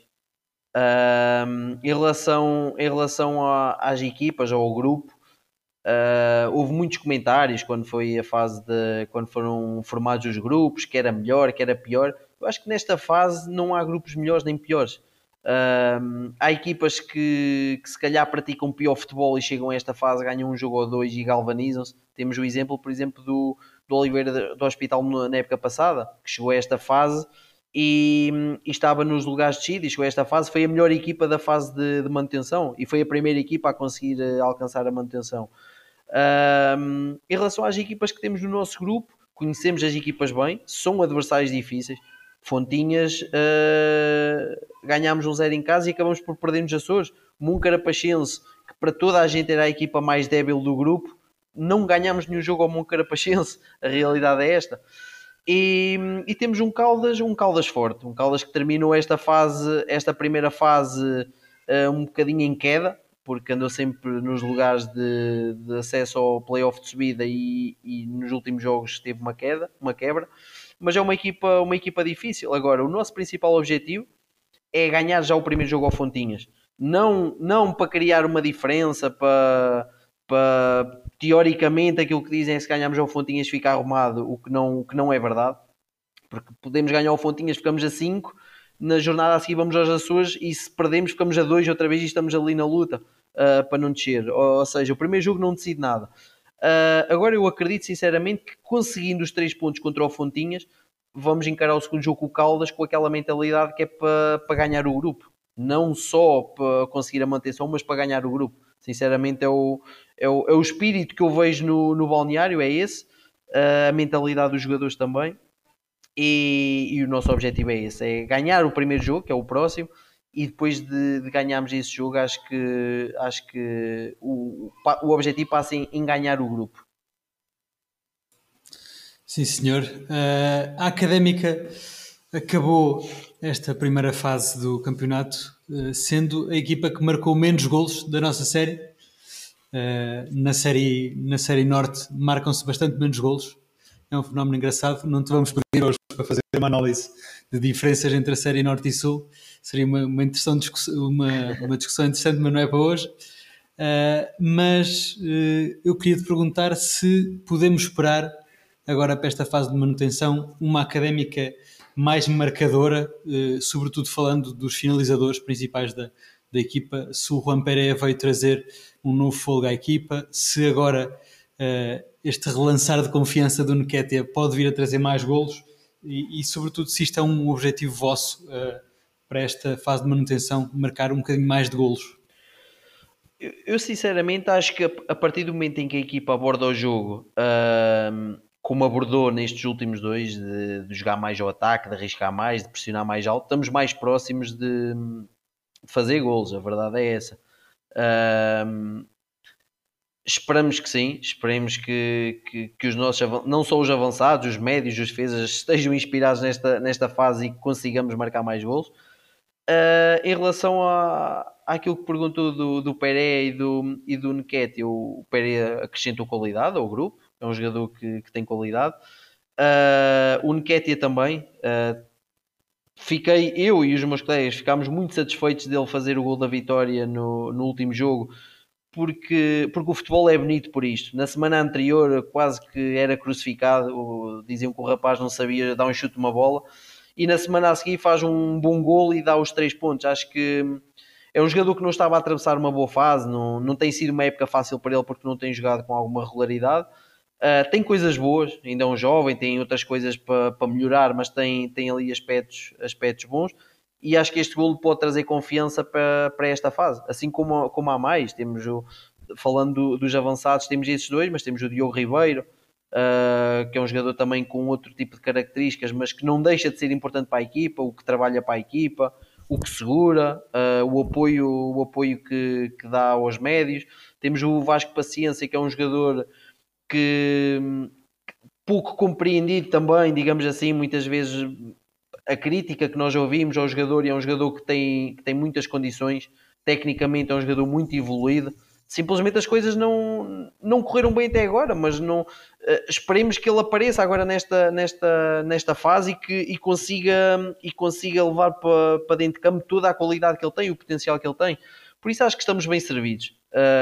Uh, em relação, em relação a, às equipas ou ao grupo, Uh, houve muitos comentários quando foi a fase de quando foram formados os grupos, que era melhor, que era pior. Eu acho que nesta fase não há grupos melhores nem piores. Uh, há equipas que, que se calhar praticam pior futebol e chegam a esta fase, ganham um jogo ou dois e galvanizam-se. Temos o exemplo, por exemplo, do, do Oliveira do Hospital na época passada, que chegou a esta fase e, e estava nos lugares descidos, chegou a esta fase, foi a melhor equipa da fase de, de manutenção e foi a primeira equipa a conseguir alcançar a manutenção. Um, em relação às equipas que temos no nosso grupo, conhecemos as equipas bem, são adversários difíceis. Fontinhas, uh, ganhámos um zero em casa e acabamos por perder nos Açores. Moncarapachense, que para toda a gente era a equipa mais débil do grupo, não ganhámos nenhum jogo ao Moncarapachense. A realidade é esta. E, e temos um Caldas, um Caldas forte, um Caldas que terminou esta fase, esta primeira fase uh, um bocadinho em queda, porque andou sempre nos lugares de, de acesso ao playoff de subida e, e nos últimos jogos teve uma queda, uma quebra, mas é uma equipa, uma equipa difícil. Agora, o nosso principal objetivo é ganhar já o primeiro jogo ao Fontinhas, não, não para criar uma diferença, para, para teoricamente aquilo que dizem é que se ganharmos ao Fontinhas fica arrumado, o que não, o que não é verdade, porque podemos ganhar ao Fontinhas, ficamos a cinco, na jornada a seguir vamos aos Açores e se perdemos ficamos a dois outra vez e estamos ali na luta uh, para não descer, ou, ou seja, o primeiro jogo não decide nada. Uh, agora eu acredito sinceramente que conseguindo os três pontos contra o Fontinhas vamos encarar o segundo jogo com o Caldas com aquela mentalidade que é para, para ganhar o grupo, não só para conseguir a manutenção, mas para ganhar o grupo. Sinceramente é o, é o, é o espírito que eu vejo no, no balneário, é esse, uh, a mentalidade dos jogadores também. E, e o nosso objetivo é esse, é ganhar o primeiro jogo, que é o próximo, e depois de, de ganharmos esse jogo acho que, acho que o, o objetivo passa em, em ganhar o grupo. Sim senhor, uh, a Académica acabou esta primeira fase do campeonato uh, sendo a equipa que marcou menos golos da nossa série. Uh, na, série na série Norte marcam-se bastante menos golos. É um fenómeno engraçado. Não te vamos pedir hoje para fazer uma análise de diferenças entre a série Norte e Sul. Seria uma, uma, discussão, uma, uma discussão interessante, mas não é para hoje. Uh, mas uh, eu queria te perguntar se podemos esperar, agora para esta fase de manutenção, uma Académica mais marcadora, uh, sobretudo falando dos finalizadores principais da, da equipa. Se o Juan Pereira veio trazer um novo folga à equipa, se agora... Uh, este relançar de confiança do Nketiah pode vir a trazer mais golos e, e sobretudo, se isto é um objetivo vosso uh, para esta fase de manutenção, marcar um bocadinho mais de golos. Eu, eu sinceramente acho que a, a partir do momento em que a equipa aborda o jogo uh, como abordou nestes últimos dois, de, de jogar mais ao ataque, de arriscar mais, de pressionar mais alto, estamos mais próximos de, de fazer golos, a verdade é essa. Uh, Esperamos que sim, esperemos que, que, que os nossos, não só os avançados, os médios, os defesas estejam inspirados nesta, nesta fase e que consigamos marcar mais golos. Uh, em relação a, àquilo que perguntou do, do Peré e do, e do Nketiah, o Peré acrescentou qualidade ao grupo, é um jogador que, que tem qualidade. Uh, o Nketiah também. Uh, fiquei, eu e os meus colegas, ficámos muito satisfeitos dele fazer o gol da vitória no, no último jogo, porque, porque o futebol é bonito por isto. Na semana anterior quase que era crucificado, diziam que o rapaz não sabia dar um chute de uma bola, e na semana a seguir faz um bom golo e dá os três pontos. Acho que é um jogador que não estava a atravessar uma boa fase, não, não tem sido uma época fácil para ele porque não tem jogado com alguma regularidade. Uh, tem coisas boas, ainda é um jovem, tem outras coisas para, para melhorar, mas tem, tem ali aspectos, aspectos bons, e acho que este golo pode trazer confiança para, para esta fase, assim como, como há mais. Temos o, falando do, dos avançados, temos esses dois, mas temos o Diogo Ribeiro, Uh, que é um jogador também com outro tipo de características, mas que não deixa de ser importante para a equipa, o que trabalha para a equipa, o que segura, uh, o apoio, o apoio que, que dá aos médios. Temos o Vasco Paciência, que é um jogador que pouco compreendido também, digamos assim, muitas vezes a crítica que nós ouvimos ao jogador, e é um jogador que tem, que tem muitas condições, tecnicamente é um jogador muito evoluído. Simplesmente as coisas não, não correram bem até agora, mas não, uh, esperemos que ele apareça agora nesta, nesta, nesta fase e que e consiga, e consiga levar para, para dentro de campo toda a qualidade que ele tem, o potencial que ele tem. Por isso acho que estamos bem servidos.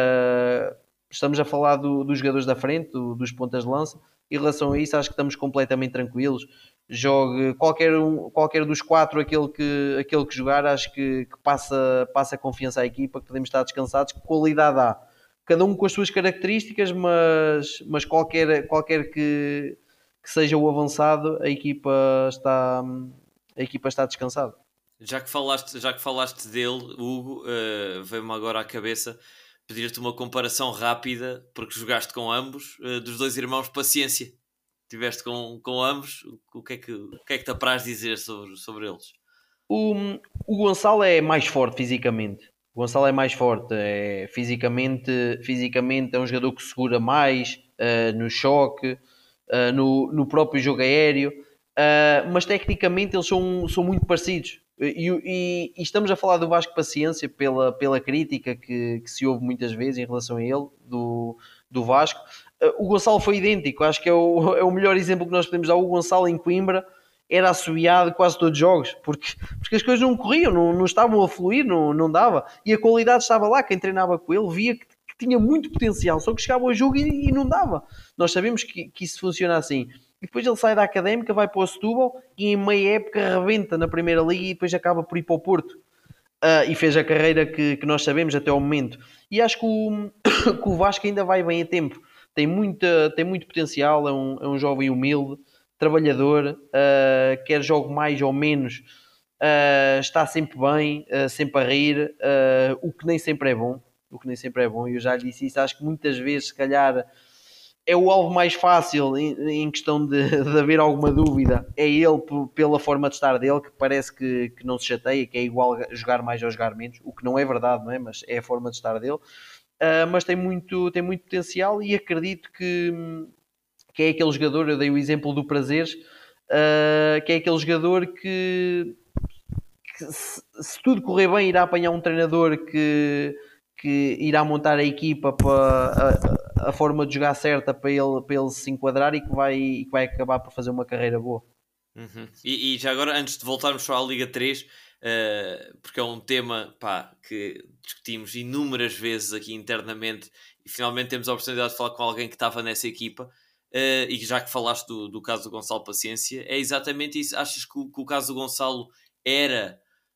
Uh, estamos a falar do, dos jogadores da frente, do, dos pontas de lança. Em relação a isso, acho que estamos completamente tranquilos. Jogue qualquer, um, qualquer dos quatro, aquele que, aquele que jogar, acho que, que passa, passa confiança à equipa, que podemos estar descansados, que qualidade há. Cada um com as suas características, mas, mas qualquer, qualquer que, que seja o avançado, a equipa está, a equipa está descansada. Já que falaste, já que falaste dele, Hugo, uh, veio-me agora à cabeça pedir-te uma comparação rápida, porque jogaste com ambos, uh, dos dois irmãos Paciência. Estiveste com, com ambos, o que, é que, o que é que te apraz dizer sobre, sobre eles? O, o Gonçalo é mais forte fisicamente. O Gonçalo é mais forte. É, fisicamente, fisicamente é um jogador que segura mais uh, no choque, uh, no, no próprio jogo aéreo. Uh, mas tecnicamente eles são, são muito parecidos. E, e, e estamos a falar do Vasco Paciência pela, pela crítica que, que se ouve muitas vezes em relação a ele, do, do Vasco. O Gonçalo foi idêntico, acho que é o, é o melhor exemplo que nós podemos dar. O Gonçalo em Coimbra era assobiado quase todos os jogos, porque, porque as coisas não corriam, não, não estavam a fluir, não, não dava, e a qualidade estava lá. Quem treinava com ele via que, que tinha muito potencial, só que chegava ao jogo e, e não dava. Nós sabemos que, que isso funciona assim. E depois ele sai da Académica, vai para o Setúbal e em meia época rebenta na Primeira Liga e depois acaba por ir para o Porto. Uh, e fez a carreira que, que nós sabemos até ao momento. E acho que o, que o Vasco ainda vai bem a tempo. Tem, muita, tem muito potencial, é um, é um jovem humilde, trabalhador, uh, quer jogo mais ou menos, uh, está sempre bem, uh, sempre a rir, uh, o que nem sempre é bom. O que nem sempre é bom, e eu já lhe disse isso. Acho que muitas vezes, se calhar, é o alvo mais fácil em, em questão de, de haver alguma dúvida. É ele, p- pela forma de estar dele, que parece que, que não se chateia, que é igual a jogar mais ou jogar menos, o que não é verdade, não é? Mas é a forma de estar dele. Uh, mas tem muito, tem muito potencial, e acredito que, que é aquele jogador. Eu dei o exemplo do Prazeres, uh, que é aquele jogador que, que se, se tudo correr bem, irá apanhar um treinador que, que irá montar a equipa para a, a forma de jogar certa para ele, para ele se enquadrar, e que vai, e que vai acabar por fazer uma carreira boa. Uhum. E, e já agora, antes de voltarmos só à Liga três, uh, porque é um tema, pá, que discutimos inúmeras vezes aqui internamente, e finalmente temos a oportunidade de falar com alguém que estava nessa equipa, uh, e já que falaste do, do caso do Gonçalo Paciência, é exatamente isso. Achas que o, que o caso do Gonçalo era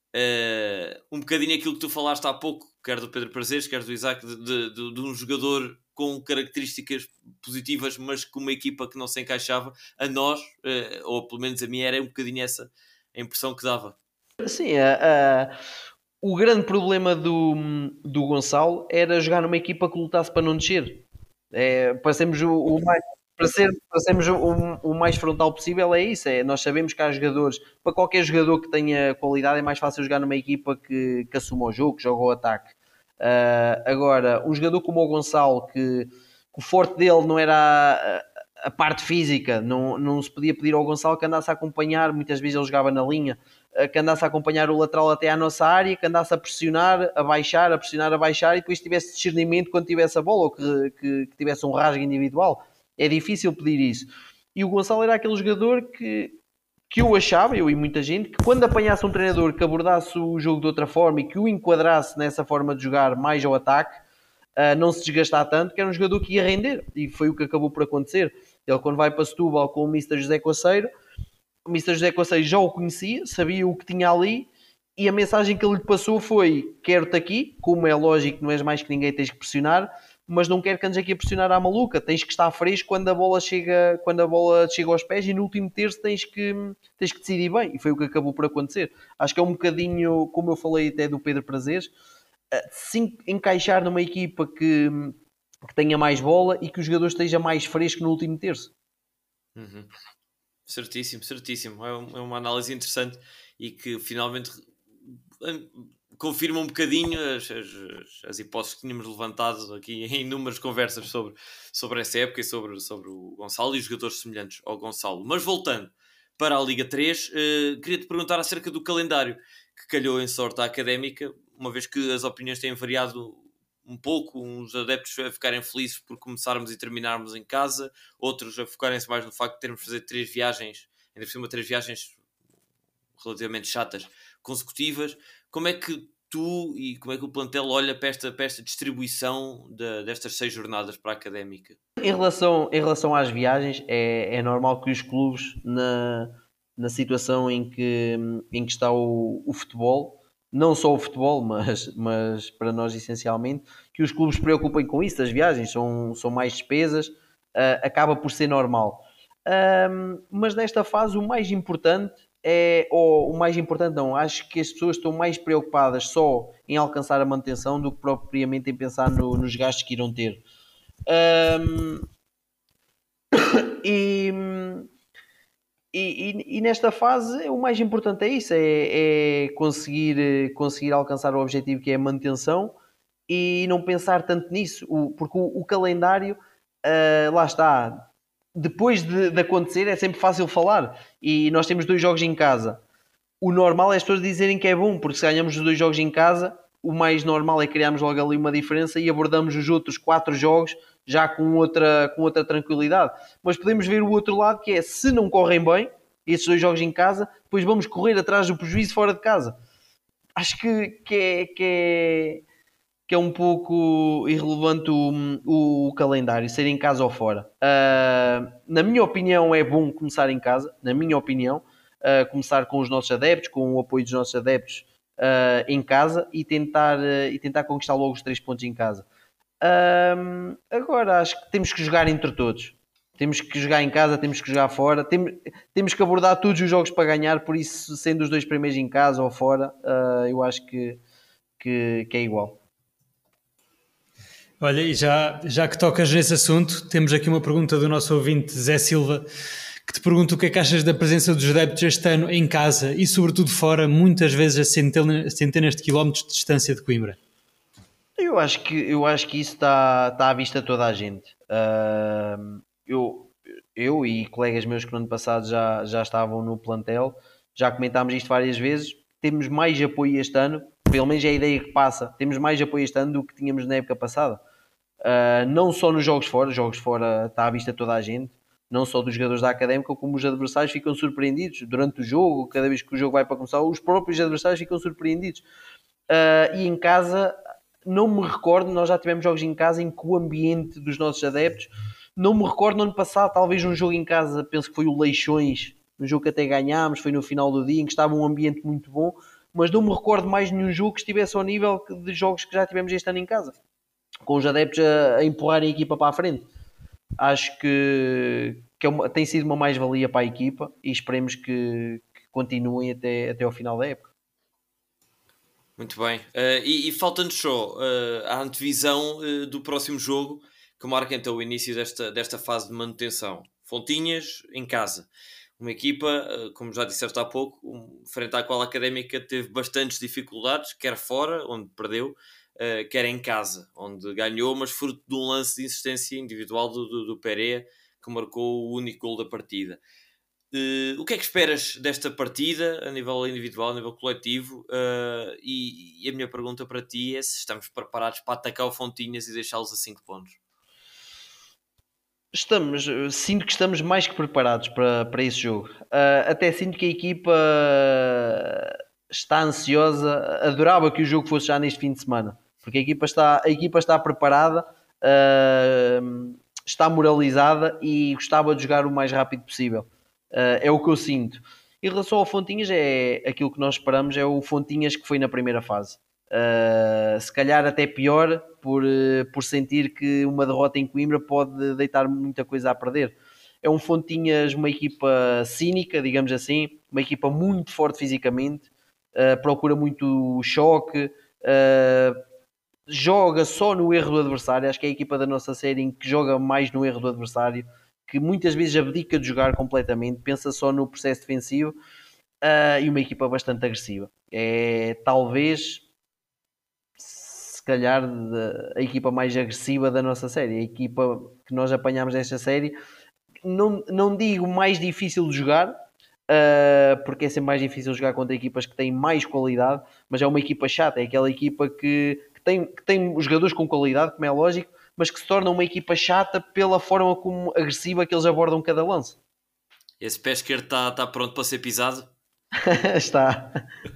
uh, um bocadinho aquilo que tu falaste há pouco, quer do Pedro Prazeres, quer do Isaac, de, de, de, de um jogador com características positivas, mas com uma equipa que não se encaixava? A nós, ou pelo menos a mim, era um bocadinho essa a impressão que dava. Sim, a, a, o grande problema do, do Gonçalo era jogar numa equipa que lutasse para não descer. É, para sermos o, o mais, para ser, para sermos o, o mais frontal possível, é isso. É, nós sabemos que há jogadores, para qualquer jogador que tenha qualidade, é mais fácil jogar numa equipa que, que assuma o jogo, que joga o ataque. Uh, agora, um jogador como o Gonçalo, que, que o forte dele não era a, a parte física, não, não se podia pedir ao Gonçalo que andasse a acompanhar. Muitas vezes ele jogava na linha. que andasse a acompanhar o lateral até à nossa área, que andasse a pressionar, a baixar, a pressionar, a baixar, e depois tivesse discernimento quando tivesse a bola, ou que, que, que tivesse um rasgo individual. É difícil pedir isso. E o Gonçalo era aquele jogador que, que eu achava, eu e muita gente, que quando apanhasse um treinador que abordasse o jogo de outra forma e que o enquadrasse nessa forma de jogar mais ao ataque, uh, não se desgastar tanto, que era um jogador que ia render. E foi o que acabou por acontecer. Ele, quando vai para Setúbal com o mister José Coceiro, o mister José Coceiro já o conhecia, sabia o que tinha ali, e a mensagem que ele lhe passou foi: quero-te aqui, como é lógico, não és mais que ninguém, tens que pressionar, mas não quero que andes aqui a pressionar à maluca, tens que estar fresco quando a bola chega, quando a bola chega aos pés, e no último terço tens que, tens que decidir bem. E foi o que acabou por acontecer. Acho que é um bocadinho, como eu falei até do Pedro Prazeres, se encaixar numa equipa que, que tenha mais bola e que o jogador esteja mais fresco no último terço. Uhum. Certíssimo, certíssimo. É uma análise interessante e que finalmente confirma um bocadinho as, as, as hipóteses que tínhamos levantado aqui em inúmeras conversas sobre, sobre essa época e sobre, sobre o Gonçalo e os jogadores semelhantes ao Gonçalo. Mas voltando para a Liga três, uh, queria-te perguntar acerca do calendário que calhou em sorte à Académica, uma vez que as opiniões têm variado um pouco, uns adeptos a ficarem felizes por começarmos e terminarmos em casa, outros a focarem-se mais no facto de termos de fazer três viagens, ainda por cima três viagens relativamente chatas, consecutivas. Como é que tu e como é que o plantel olha para esta, para esta distribuição de, destas seis jornadas para a Académica? Em relação, em relação às viagens, é, é normal que os clubes, na, na situação em que, em que está o, o futebol, não só o futebol, mas, mas para nós essencialmente, que os clubes se preocupem com isso. As viagens são, são mais despesas, uh, acaba por ser normal. Um, mas nesta fase o mais importante é, ou o mais importante não, acho que as pessoas estão mais preocupadas só em alcançar a manutenção do que propriamente em pensar no, nos gastos que irão ter. Um, e, e, e nesta fase o mais importante é isso, é, é conseguir, conseguir alcançar o objetivo, que é a manutenção, e não pensar tanto nisso, o, porque o, o calendário, uh, lá está, depois de, de acontecer é sempre fácil falar, e nós temos dois jogos em casa. O normal é as pessoas dizerem que é bom, porque se ganhamos os dois jogos em casa, o mais normal é criarmos logo ali uma diferença e abordamos os outros quatro jogos já com outra, com outra tranquilidade. Mas podemos ver o outro lado, que é, se não correm bem esses dois jogos em casa, depois vamos correr atrás do prejuízo fora de casa. Acho que, que, é, que, é, que é um pouco irrelevante o, o calendário, ser em casa ou fora. Uh, na minha opinião é bom começar em casa, na minha opinião, uh, começar com os nossos adeptos, com o apoio dos nossos adeptos uh, em casa, e tentar, uh, e tentar conquistar logo os três pontos em casa. Um, agora acho que temos que jogar entre todos, temos que jogar em casa, temos que jogar fora, temos, temos que abordar todos os jogos para ganhar, por isso, sendo os dois primeiros em casa ou fora, uh, eu acho que, que, que é igual. Olha, e já, já que tocas nesse assunto, temos aqui uma pergunta do nosso ouvinte Zé Silva, que te pergunta o que é que achas da presença dos adeptos este ano em casa e sobretudo fora, muitas vezes a centenas, centenas de quilómetros de distância de Coimbra. Eu acho que, eu acho que isso está, está à vista de toda a gente. Uh, eu, eu e colegas meus que no ano passado já, já estavam no plantel, já comentámos isto várias vezes, temos mais apoio este ano, pelo menos é a ideia que passa, temos mais apoio este ano do que tínhamos na época passada. Uh, não só nos jogos fora, jogos fora está à vista de toda a gente, não só dos jogadores da Académica, como os adversários ficam surpreendidos durante o jogo, cada vez que o jogo vai para começar, os próprios adversários ficam surpreendidos. Uh, e em casa, não me recordo, nós já tivemos jogos em casa em que o ambiente dos nossos adeptos, não me recordo no ano passado, talvez um jogo em casa, penso que foi o Leixões, um jogo que até ganhámos, foi no final do dia, em que estava um ambiente muito bom, mas não me recordo mais nenhum jogo que estivesse ao nível de jogos que já tivemos este ano em casa, com os adeptos a, a empurrarem a equipa para a frente. Acho que, que é uma, tem sido uma mais-valia para a equipa, e esperemos que, que continuem até, até ao final da época. Muito bem. Uh, e, e falta-nos só uh, a antevisão uh, do próximo jogo, que marca então o início desta, desta fase de manutenção. Fontinhas em casa. Uma equipa, uh, como já disseste há pouco, um, frente à qual a Académica teve bastantes dificuldades, quer fora, onde perdeu, uh, quer em casa, onde ganhou, mas fruto de um lance de insistência individual do, do, do Pereira, que marcou o único gol da partida. Uh, o que é que esperas desta partida a nível individual, a nível coletivo? Uh, e, e a minha pergunta para ti é se estamos preparados para atacar o Fontinhas e deixá-los a cinco pontos. Estamos, sinto que estamos mais que preparados para, para esse jogo. Uh, até sinto que a equipa está ansiosa, adorava que o jogo fosse já neste fim de semana, porque a equipa está, a equipa está preparada, uh, está moralizada e gostava de jogar o mais rápido possível. Uh, é o que eu sinto. Em relação ao Fontinhas, é aquilo que nós esperamos, é o Fontinhas que foi na primeira fase. Uh, se calhar até pior, por, uh, por sentir que uma derrota em Coimbra pode deitar muita coisa a perder. É um Fontinhas, uma equipa cínica, digamos assim, uma equipa muito forte fisicamente, uh, procura muito choque, uh, joga só no erro do adversário. Acho que é a equipa da nossa série em que joga mais no erro do adversário, que muitas vezes abdica de jogar completamente, pensa só no processo defensivo, uh, e uma equipa bastante agressiva. É talvez, se calhar, a equipa mais agressiva da nossa série, a equipa que nós apanhamos nesta série. Não, não digo mais difícil de jogar, uh, porque é sempre mais difícil jogar contra equipas que têm mais qualidade, mas é uma equipa chata, é aquela equipa que, que, tem, que tem os jogadores com qualidade, como é lógico, mas que se torna uma equipa chata pela forma como agressiva que eles abordam cada lance. Esse pé esquerdo está tá pronto para ser pisado? Está.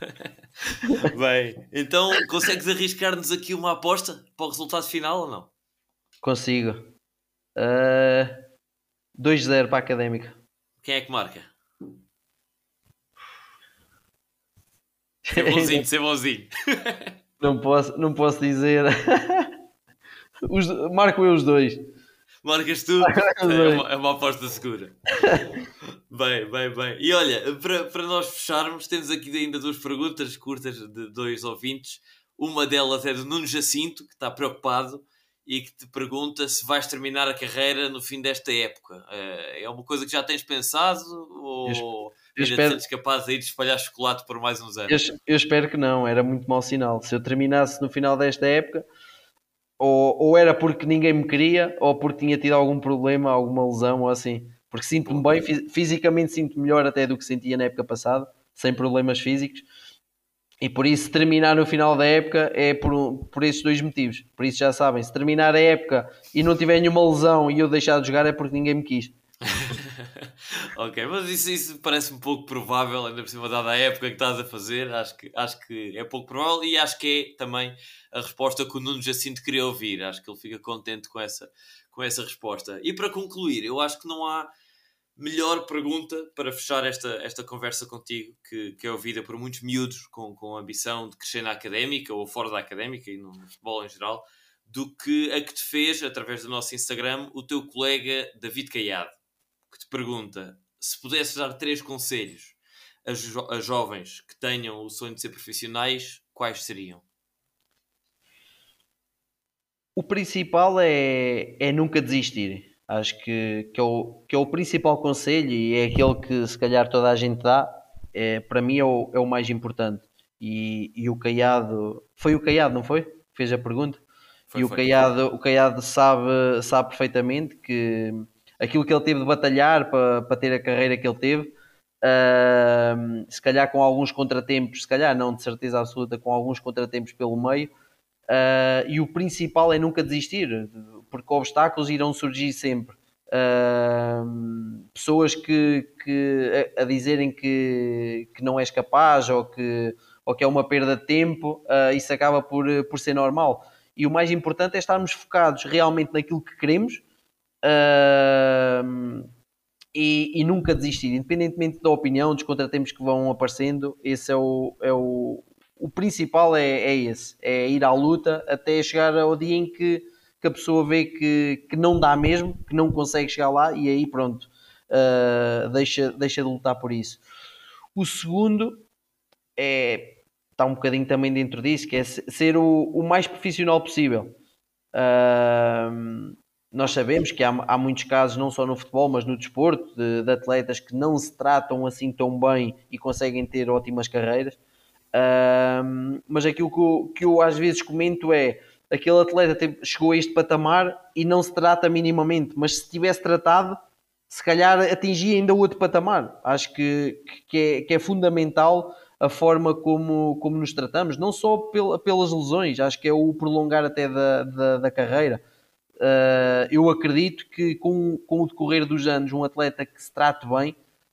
Bem, então consegues arriscar-nos aqui uma aposta para o resultado final ou não? Consigo. Uh, dois a zero para a Académica. Quem é que marca? Ser bonzinho, ser bonzinho. Não posso, não posso dizer. Os, marco eu os dois. Marcas tu? É uma, é uma aposta segura. Bem, bem, bem. E olha, para, para nós fecharmos, temos aqui ainda duas perguntas curtas de dois ouvintes. Uma delas é do Nuno Jacinto, que está preocupado e que te pergunta se vais terminar a carreira no fim desta época. É uma coisa que já tens pensado ou eu, eu ainda espero... te sentes capaz de ir espalhar chocolate por mais uns anos? Eu, eu espero que não, era muito mau sinal. Se eu terminasse no final desta época, ou, ou era porque ninguém me queria, ou porque tinha tido algum problema, alguma lesão ou assim. Porque sinto-me bem, fisicamente sinto melhor até do que sentia na época passada, sem problemas físicos. E por isso terminar no final da época é por, por esses dois motivos. Por isso já sabem, se terminar a época e não tiver nenhuma lesão e eu deixar de jogar é porque ninguém me quis. Ok, mas isso, isso parece um pouco provável, ainda por cima dada a época que estás a fazer, acho que, acho que é pouco provável e acho que é também a resposta que o Nuno Jacinto queria ouvir. Acho que ele fica contente com essa, com essa resposta. E para concluir, eu acho que não há melhor pergunta para fechar esta, esta conversa contigo, que, que é ouvida por muitos miúdos com, com a ambição de crescer na académica ou fora da académica e no, no futebol em geral, do que a que te fez, através do nosso Instagram, o teu colega David Caiado, que te pergunta se pudesses dar três conselhos a, jo- a jovens que tenham o sonho de ser profissionais, quais seriam? O principal é, é nunca desistir. Acho que, que, é o, que é o principal conselho e é aquele que se calhar toda a gente dá. É, para mim é o, é o mais importante. E, e o Caiado... Foi o Caiado, não foi? Fez a pergunta? Foi, e o foi. Caiado, o Caiado sabe, sabe perfeitamente que aquilo que ele teve de batalhar para, para ter a carreira que ele teve, uh, se calhar com alguns contratempos, se calhar não de certeza absoluta, com alguns contratempos pelo meio, uh, e o principal é nunca desistir, porque obstáculos irão surgir sempre. Uh, pessoas que, que a, a dizerem que, que não és capaz ou que, ou que é uma perda de tempo, uh, isso acaba por, por ser normal. E o mais importante é estarmos focados realmente naquilo que queremos, uh, e, e nunca desistir, independentemente da opinião, dos contratempos que vão aparecendo. Esse é o, é o, o principal, é, é esse, é ir à luta até chegar ao dia em que, que a pessoa vê que, que não dá mesmo, que não consegue chegar lá, e aí pronto, uh, deixa, deixa de lutar por isso. O segundo é, está um bocadinho também dentro disso, que é ser o, o mais profissional possível. Uh, nós sabemos que há, há muitos casos, não só no futebol, mas no desporto, de, de atletas que não se tratam assim tão bem e conseguem ter ótimas carreiras. Uh, mas aquilo que eu, que eu às vezes comento é: aquele atleta teve, chegou a este patamar e não se trata minimamente, mas se tivesse tratado, se calhar atingir ainda outro patamar. Acho que, que, é, que é fundamental a forma como, como nos tratamos, não só pel, pelas lesões, acho que é o prolongar até da, da, da carreira. Uh, eu acredito que com, com o decorrer dos anos, um atleta que se trate bem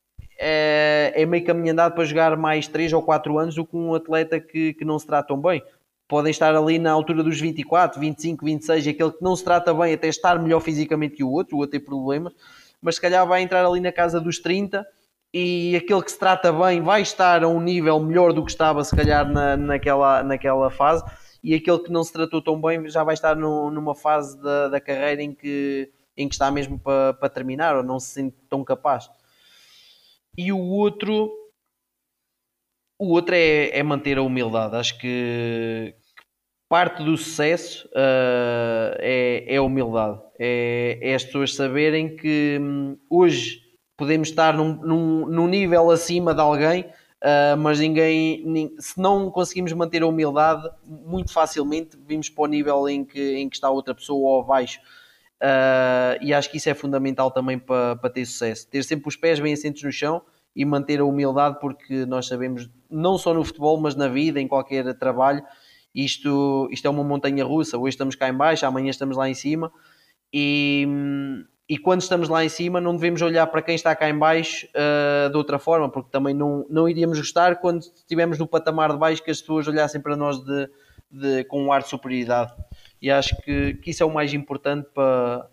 é, é meio caminho andado para jogar mais três ou quatro anos do que um atleta que, que não se trata tão bem. Podem estar ali na altura dos vinte e quatro, vinte e cinco, vinte e seis, aquele que não se trata bem até estar melhor fisicamente que o outro, o outro tem problemas, mas se calhar vai entrar ali na casa dos trinta e aquele que se trata bem vai estar a um nível melhor do que estava se calhar na, naquela, naquela fase, e aquele que não se tratou tão bem já vai estar no, numa fase da, da carreira em que, em que está mesmo para, para terminar ou não se sente tão capaz. E o outro o outro é, é manter a humildade. Acho que parte do sucesso uh, é, é a humildade, é, é as pessoas saberem que um, hoje podemos estar num, num, num nível acima de alguém, uh, mas ninguém, nem, se não conseguimos manter a humildade, muito facilmente vimos para o nível em que, em que está outra pessoa ou abaixo. Uh, e acho que isso é fundamental também para, para ter sucesso, ter sempre os pés bem assentos no chão e manter a humildade, porque nós sabemos, não só no futebol, mas na vida, em qualquer trabalho, isto, isto é uma montanha russa. Hoje estamos cá em baixo, amanhã estamos lá em cima, e, e quando estamos lá em cima não devemos olhar para quem está cá em baixo uh, de outra forma, porque também não, não iríamos gostar quando estivermos no patamar de baixo que as pessoas olhassem para nós de, de, com um ar de superioridade. E acho que, que isso é o mais importante para,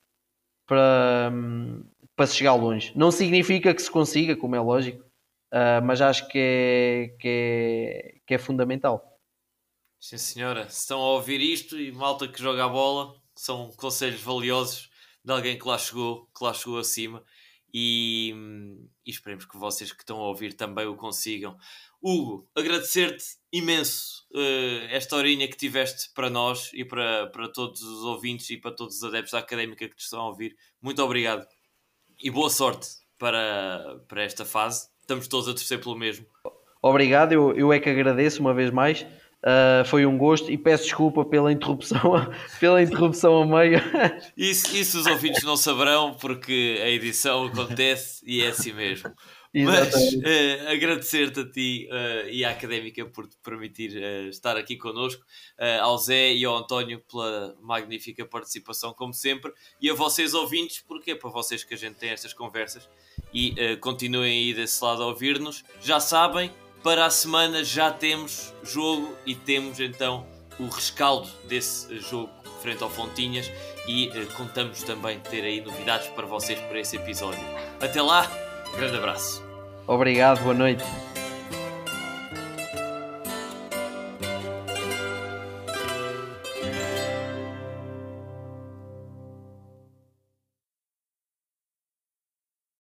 para, para se chegar longe. Não significa que se consiga, como é lógico, uh, mas acho que é, que é, que é fundamental. Sim, senhora. Se estão a ouvir isto e malta que joga a bola, são conselhos valiosos de alguém que lá chegou, que lá chegou acima, e, e esperemos que vocês que estão a ouvir também o consigam. Hugo, agradecer-te imenso uh, esta horinha que tiveste para nós e para, para todos os ouvintes e para todos os adeptos da Académica que te estão a ouvir. Muito obrigado e boa sorte para, para esta fase. Estamos todos a torcer pelo mesmo. Obrigado, eu, eu é que agradeço uma vez mais. Uh, foi um gosto e peço desculpa pela interrupção, pela interrupção a meio. Isso, isso os ouvintes não saberão, porque a edição acontece e é assim mesmo. Mas uh, agradecer-te a ti uh, e à Académica por te permitir uh, estar aqui connosco, uh, ao Zé e ao António pela magnífica participação, como sempre, e a vocês ouvintes, porque é para vocês que a gente tem estas conversas, e uh, continuem aí desse lado a ouvir-nos. Já sabem, para a semana já temos jogo e temos então o rescaldo desse jogo frente ao Fontinhas, e uh, contamos também ter aí novidades para vocês para esse episódio. Até lá, grande abraço. Obrigado, boa noite.